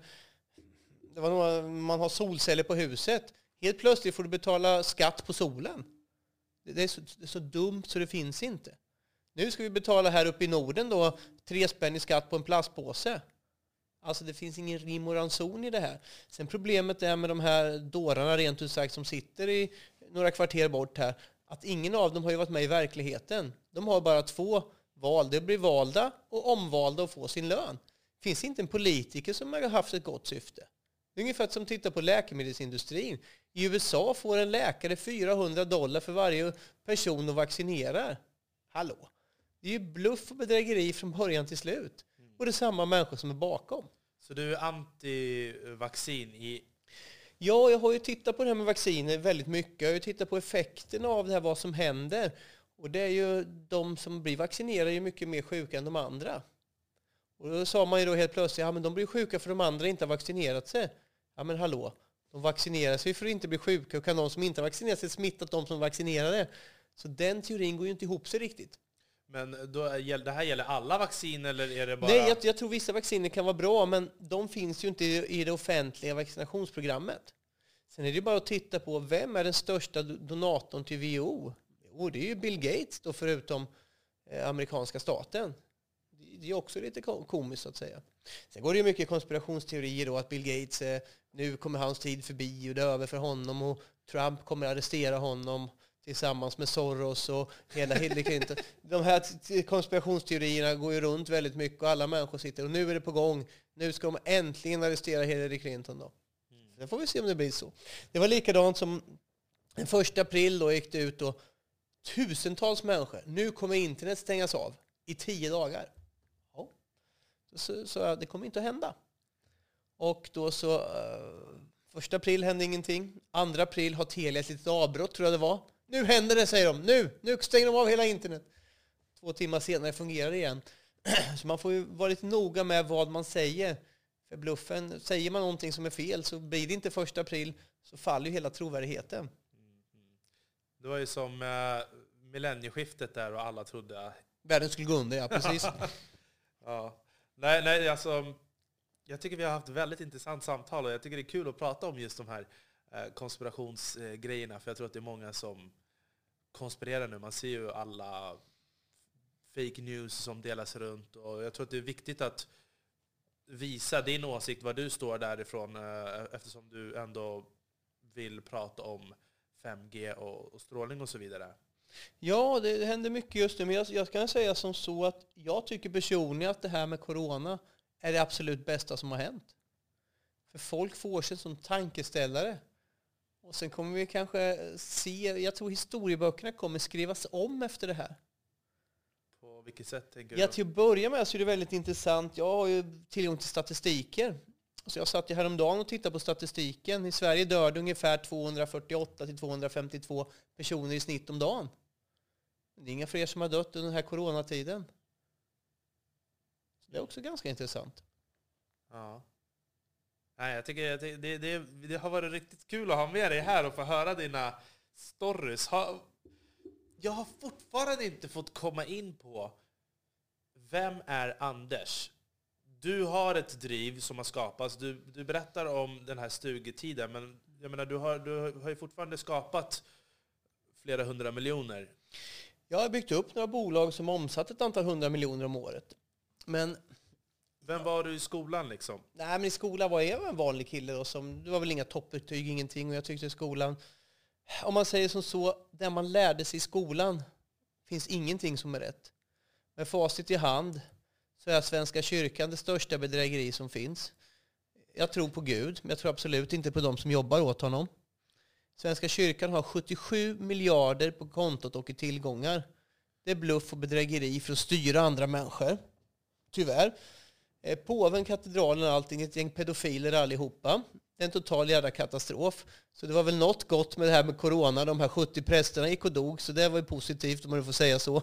man har solceller på huset. Helt plötsligt får du betala skatt på solen. Det är så dumt så det finns inte. Nu ska vi betala här uppe i Norden då 3 spänn i skatt på en plastpåse. Alltså det finns ingen rim och ranson i det här. Sen problemet är med de här dårarna rent ut sagt som sitter i några kvarter bort här, att ingen av dem har ju varit med i verkligheten. De har bara 2 val. Det blir valda och omvalda och få sin lön. Det finns inte en politiker som har haft ett gott syfte. Det är ungefär som tittar på läkemedelsindustrin. I USA får en läkare $400 för varje person att vaccinera. Hallå? Det är ju bluff och bedrägeri från början till slut. Och det är samma människor som är bakom. Så du är anti-vaccin i... Ja, jag har ju tittat på det här med vacciner väldigt mycket. Jag har ju tittat på effekterna av det här, vad som händer. Och det är ju de som blir vaccinerade är mycket mer sjuka än de andra. Och då sa man ju då helt plötsligt, ja men de blir sjuka för de andra inte har vaccinerat sig. Ja men hallå, de vaccinerar sig för att inte bli sjuka och kan de som inte har vaccinerat sig smittat de som vaccinerade. Så den teorin går ju inte ihop sig riktigt. Men då det här gäller alla vacciner eller är det bara... Nej, jag tror vissa vacciner kan vara bra, men de finns ju inte i det offentliga vaccinationsprogrammet. Sen är det ju bara att titta på vem är den största donatorn till WHO? Jo, det är ju Bill Gates då, förutom amerikanska staten. Det är också lite komiskt så att säga. Sen går det ju mycket konspirationsteorier då att Bill Gates, nu kommer hans tid förbi och det är över för honom och Trump kommer arrestera honom tillsammans med Soros och hela Hillary Clinton. De här konspirationsteorierna går ju runt väldigt mycket och alla människor sitter och nu är det på gång. Nu ska de äntligen arrestera Hillary Clinton då. Sen får vi se om det blir så. Det var likadant som den 1 april då gick det ut och tusentals människor. Nu kommer internet stängas av i 10 dagar. Ja. Så det kommer inte att hända. Och då så 1 april hände ingenting. 2 april har Telia ett litet avbrott tror jag det var. Nu händer det, säger de. Nu stänger de av hela internet. 2 timmar senare fungerar det igen. Så man får ju vara lite noga med vad man säger. För bluffen, säger man någonting som är fel så blir det inte 1 april så faller ju hela trovärdigheten. Det var ju som millennieskiftet där och alla trodde... Världen skulle gå under, ja precis. Ja. Nej, alltså... Jag tycker vi har haft väldigt intressant samtal och jag tycker det är kul att prata om just de här konspirationsgrejerna. För jag tror att det är många som konspirerar nu. Man ser ju alla fake news som delas runt och jag tror att det är viktigt att visa din åsikt, var du står därifrån eftersom du ändå vill prata om 5G och strålning och så vidare. Ja, det händer mycket just nu. Men jag kan säga som så att jag tycker personligen att det här med corona är det absolut bästa som har hänt. För folk får sig som tankeställare. Och sen kommer vi kanske se, jag tror historieböckerna kommer skrivas om efter det här. På vilket sätt tänker du? Ja, till att börja med så är det väldigt intressant. Jag har ju tillgång till statistiker. Så jag satt ju häromdagen och tittade på statistiken. I Sverige dör det ungefär 248-252 personer i snitt om dagen. Det är inga fler som har dött under den här coronatiden. Så det är också ganska intressant. Ja. Nej, jag tycker att det har varit riktigt kul att ha med dig här och få höra dina stories. Jag har fortfarande inte fått komma in på vem är Anders? Du har ett driv som har skapats. Du berättar om den här stugetiden, men jag menar, du har ju fortfarande skapat flera 100 miljoner. Jag har byggt upp några bolag som omsatt ett antal 100 miljoner om året. Men vem var du i skolan liksom? Nej, men i skolan var jag en vanlig kille då, det var väl inga toppbetyg, ingenting. Och jag tyckte i skolan, om man säger som så, det man lärde sig i skolan finns ingenting som är rätt. Med facit i hand så är Svenska kyrkan det största bedrägeri som finns. Jag tror på Gud, men jag tror absolut inte på de som jobbar åt honom. Svenska kyrkan har 77 miljarder på kontot och i tillgångar. Det är bluff och bedrägeri för att styra andra människor. Tyvärr. Påven, katedralen och allting, ett gäng pedofiler allihopa. Det är en total jävla katastrof. Så det var väl något gott med det här med corona. De här 70 prästerna gick och dog, så det var ju positivt om man får säga så.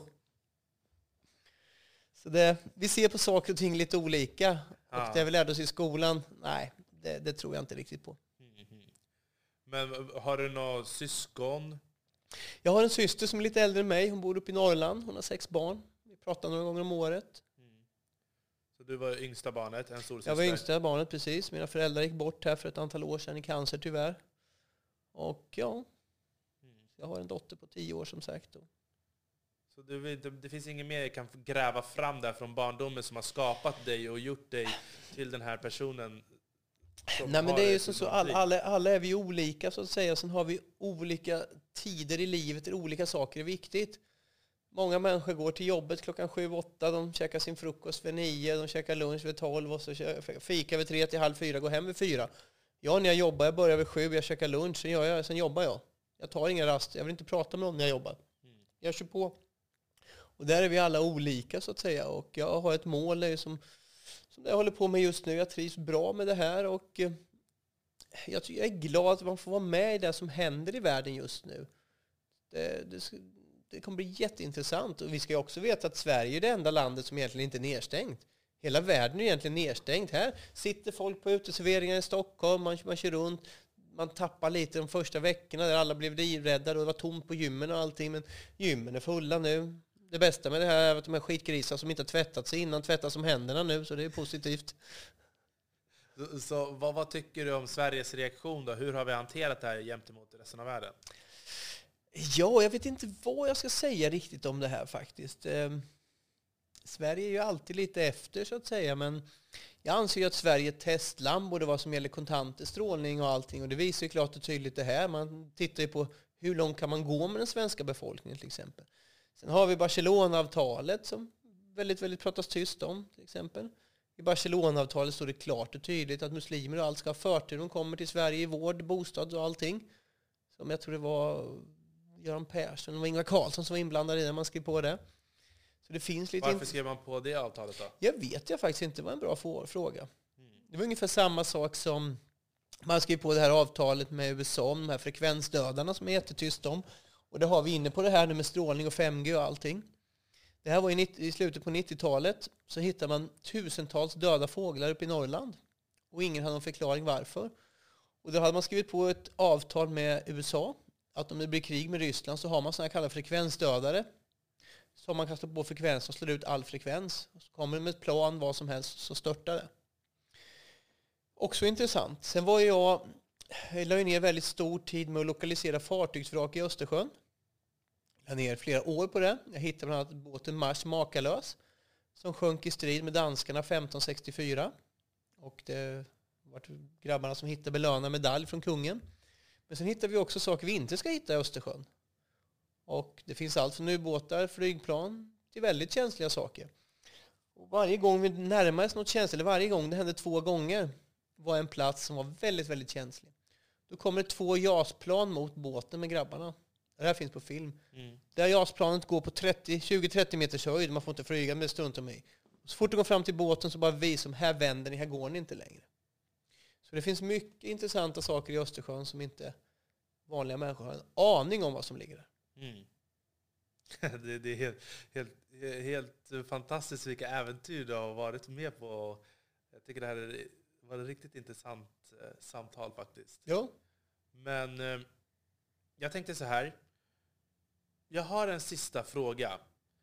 Så vi ser på saker och ting lite olika. Och det vi lärde oss i skolan, nej, det tror jag inte riktigt på. Men har du några syskon? Jag har en syster som är lite äldre än mig. Hon bor uppe i Norrland. Hon har 6 barn. Vi pratar några gånger om året. Så du var yngsta barnet, en stor syster? Jag var yngsta barnet, precis. Mina föräldrar gick bort här för ett antal år sedan i cancer tyvärr. Och ja, jag har en dotter på 10 år som sagt. Så det finns inget mer jag kan gräva fram där från barndomen som har skapat dig och gjort dig till den här personen? Nej, men det är ju så alla är vi olika så att säga. Sen har vi olika tider i livet där olika saker är viktigt. Många människor går till jobbet klockan 7-8, de käkar sin frukost vid 9, de käkar lunch vid 12 och så fikar vid 3 till halv 4, går hem vid 4. Ja, när jag jobbar, jag börjar vid 7, jag käkar lunch, sen jobbar jag. Jag tar ingen rast, jag vill inte prata med någon när jag jobbar. Jag kör på. Och där är vi alla olika så att säga. Och jag har ett mål som jag håller på med just nu. Jag trivs bra med det här och jag är glad att man får vara med i det som händer i världen just nu. Det kommer bli jätteintressant. Och vi ska ju också veta att Sverige är det enda landet som egentligen inte är nedstängt. Hela världen är egentligen nedstängt. Här sitter folk på uteserveringar i Stockholm, man kör runt. Man tappar lite de första veckorna där alla blev livrädda och det var tomt på gymmen och allting. Men gymmen är fulla nu. Det bästa med det här är att de här skitgrisar som inte har tvättat sig innan tvättas om händerna nu, så det är positivt. Så vad tycker du om Sveriges reaktion då? Hur har vi hanterat det här gentemot resten av världen? Ja, jag vet inte vad jag ska säga riktigt om det här faktiskt. Sverige är ju alltid lite efter så att säga, men jag anser ju att Sverige är ett testland både vad som gäller kontanter, strålning och allting. Och det visar ju klart och tydligt det här. Man tittar ju på hur långt kan man gå med den svenska befolkningen till exempel. Sen har vi Barcelona-avtalet som väldigt, väldigt pratas tyst om till exempel. I Barcelona-avtalet står det klart och tydligt att muslimer och allt ska ha förtur. De kommer till Sverige i vård, bostad och allting. Som jag tror det var Göran Persson och Ingvar Carlsson som var inblandade i när man skrev på det. Så det finns lite. Varför skrev man på det avtalet då? Jag faktiskt inte. Det var en bra fråga. Det var ungefär samma sak som man skrev på det här avtalet med USA om de här frekvensdödarna som är jättetyst om. Och det har vi inne på det här nu med strålning och 5G och allting. Det här var i slutet på 90-talet så hittade man tusentals döda fåglar uppe i Norrland. Och ingen hade någon förklaring varför. Och då hade man skrivit på ett avtal med USA att om det blir krig med Ryssland så har man sådana här kallade frekvensdödare. Så man kan slå på frekvens och slår ut all frekvens. Och så kommer det med ett plan, vad som helst, så störtar det. Också intressant. Sen var jag la ner väldigt stor tid med att lokalisera fartygsvrak i Östersjön. Jag la ner flera år på det. Jag hittade bland annat båten Mars Makalös som sjönk i strid med danskarna 1564. Och det var grabbarna som hittade belöna medalj från kungen. Men sen hittade vi också saker vi inte ska hitta i Östersjön. Och det finns allt från ubåtar, flygplan till väldigt känsliga saker. Och varje gång vi närmar oss något känsligt, eller varje gång, det hände 2 gånger, var en plats som var väldigt, väldigt känslig. Då kommer det 2 JAS-plan mot båten med grabbarna. Det här finns på film. Där JAS-planet går på 20-30 meters höjd. Man får inte flyga med strunt om mig. Så fort det går fram till båten så bara vi som här vänder ni, här går ni inte längre. Så det finns mycket intressanta saker i Östersjön som inte vanliga människor har en aning om vad som ligger där. Det är helt fantastiskt vilka äventyr du har varit med på. Jag tycker det här var ett riktigt intressant samtal faktiskt. Ja. Men jag tänkte så här. Jag har en sista fråga.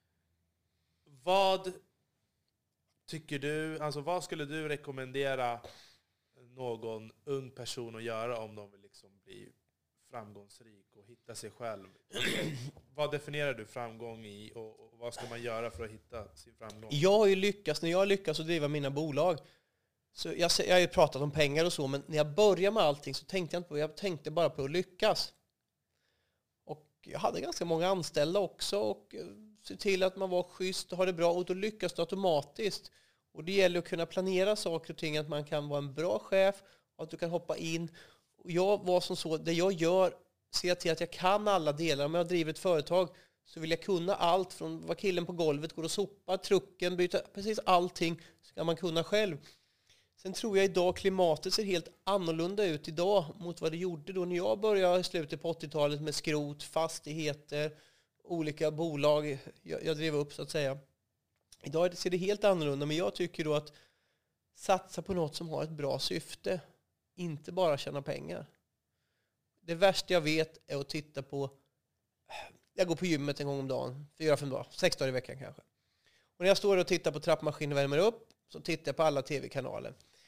Vad tycker du, alltså vad skulle du rekommendera någon ung person att göra om de vill liksom bli framgångsrik och hitta sig själv? Vad definierar du framgång i och vad ska man göra för att hitta sin framgång? Jag har ju lyckats, när jag lyckas att driva mina bolag. Så jag har ju pratat om pengar och så, men när jag började med allting så tänkte jag inte på, jag tänkte bara på att lyckas. Och jag hade ganska många anställda också och se till att man var schysst och ha det bra, och då lyckas du automatiskt. Och det gäller att kunna planera saker och ting, att man kan vara en bra chef och att du kan hoppa in. Och jag var som så, det jag gör, ser jag till att jag kan alla delar. Om jag driver ett företag så vill jag kunna allt från vad killen på golvet går och sopar, trucken, byta, precis allting ska man kunna själv. Sen tror jag idag klimatet ser helt annorlunda ut idag mot vad det gjorde då när jag började i slutet på 80-talet med skrot, fastigheter, olika bolag jag drev upp så att säga. Idag ser det helt annorlunda, men jag tycker då att satsa på något som har ett bra syfte, inte bara tjäna pengar. Det värsta jag vet är att titta på, jag går på gymmet en gång om dagen, 4-5 dagar, 6 dagar i veckan kanske. Och när jag står och tittar på trappmaskinen och värmer upp så tittar jag på alla tv-kanaler.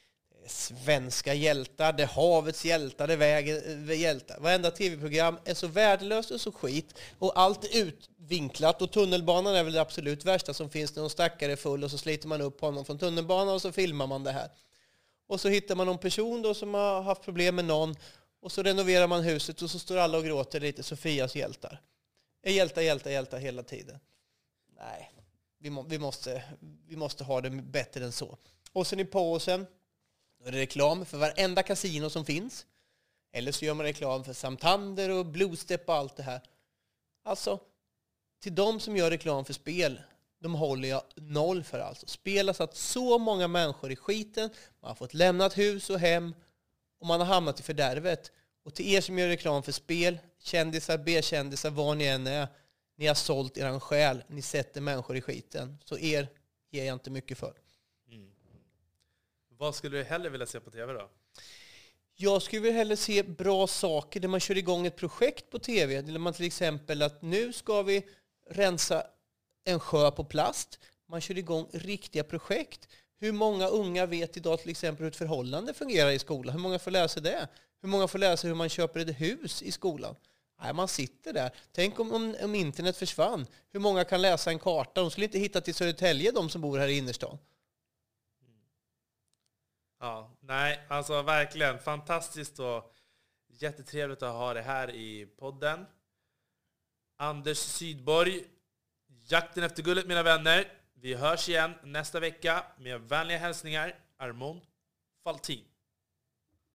Det är svenska hjältar, det är havets hjältar, det är vägen hjältar. Varenda tv-program är så värdelöst och så skit. Och allt är utvinklat. Och tunnelbanan är väl det absolut värsta som finns när någon stackare är full och så sliter man upp honom från tunnelbanan och så filmar man det här. Och så hittar man någon person då som har haft problem med någon och så renoverar man huset och så står alla och gråter lite. Sofias hjältar. Är hjältar hela tiden. Nej, vi måste ha det bättre än så. Och sen i pausen då är det reklam för varenda kasino som finns. Eller så gör man reklam för Santander och Bluestep och allt det här. Alltså, till de som gör reklam för spel, de håller jag noll för alltså. Spel har satt så många människor i skiten. Man har fått lämnat hus och hem. Och man har hamnat i fördärvet. Och till er som gör reklam för spel, kändisar, B-kändisar, vad ni än är. Ni har sålt er själ. Ni sätter människor i skiten. Så er ger jag inte mycket för. Vad skulle du hellre vilja se på tv då? Jag skulle väl hellre se bra saker där man kör igång ett projekt på tv. Där man till exempel att nu ska vi rensa en sjö på plast. Man kör igång riktiga projekt. Hur många unga vet idag till exempel hur ett förhållande fungerar i skolan? Hur många får läsa det? Hur många får läsa hur man köper ett hus i skolan? Nej, man sitter där. Tänk om internet försvann. Hur många kan läsa en karta? De skulle inte hitta till Södertälje, de som bor här i innerstan. Ja, nej, alltså verkligen fantastiskt och jättetrevligt att ha det här i podden. Anders Sydborg, Jakten efter guldet, mina vänner. Vi hörs igen nästa vecka med vänliga hälsningar, Armond Faltin.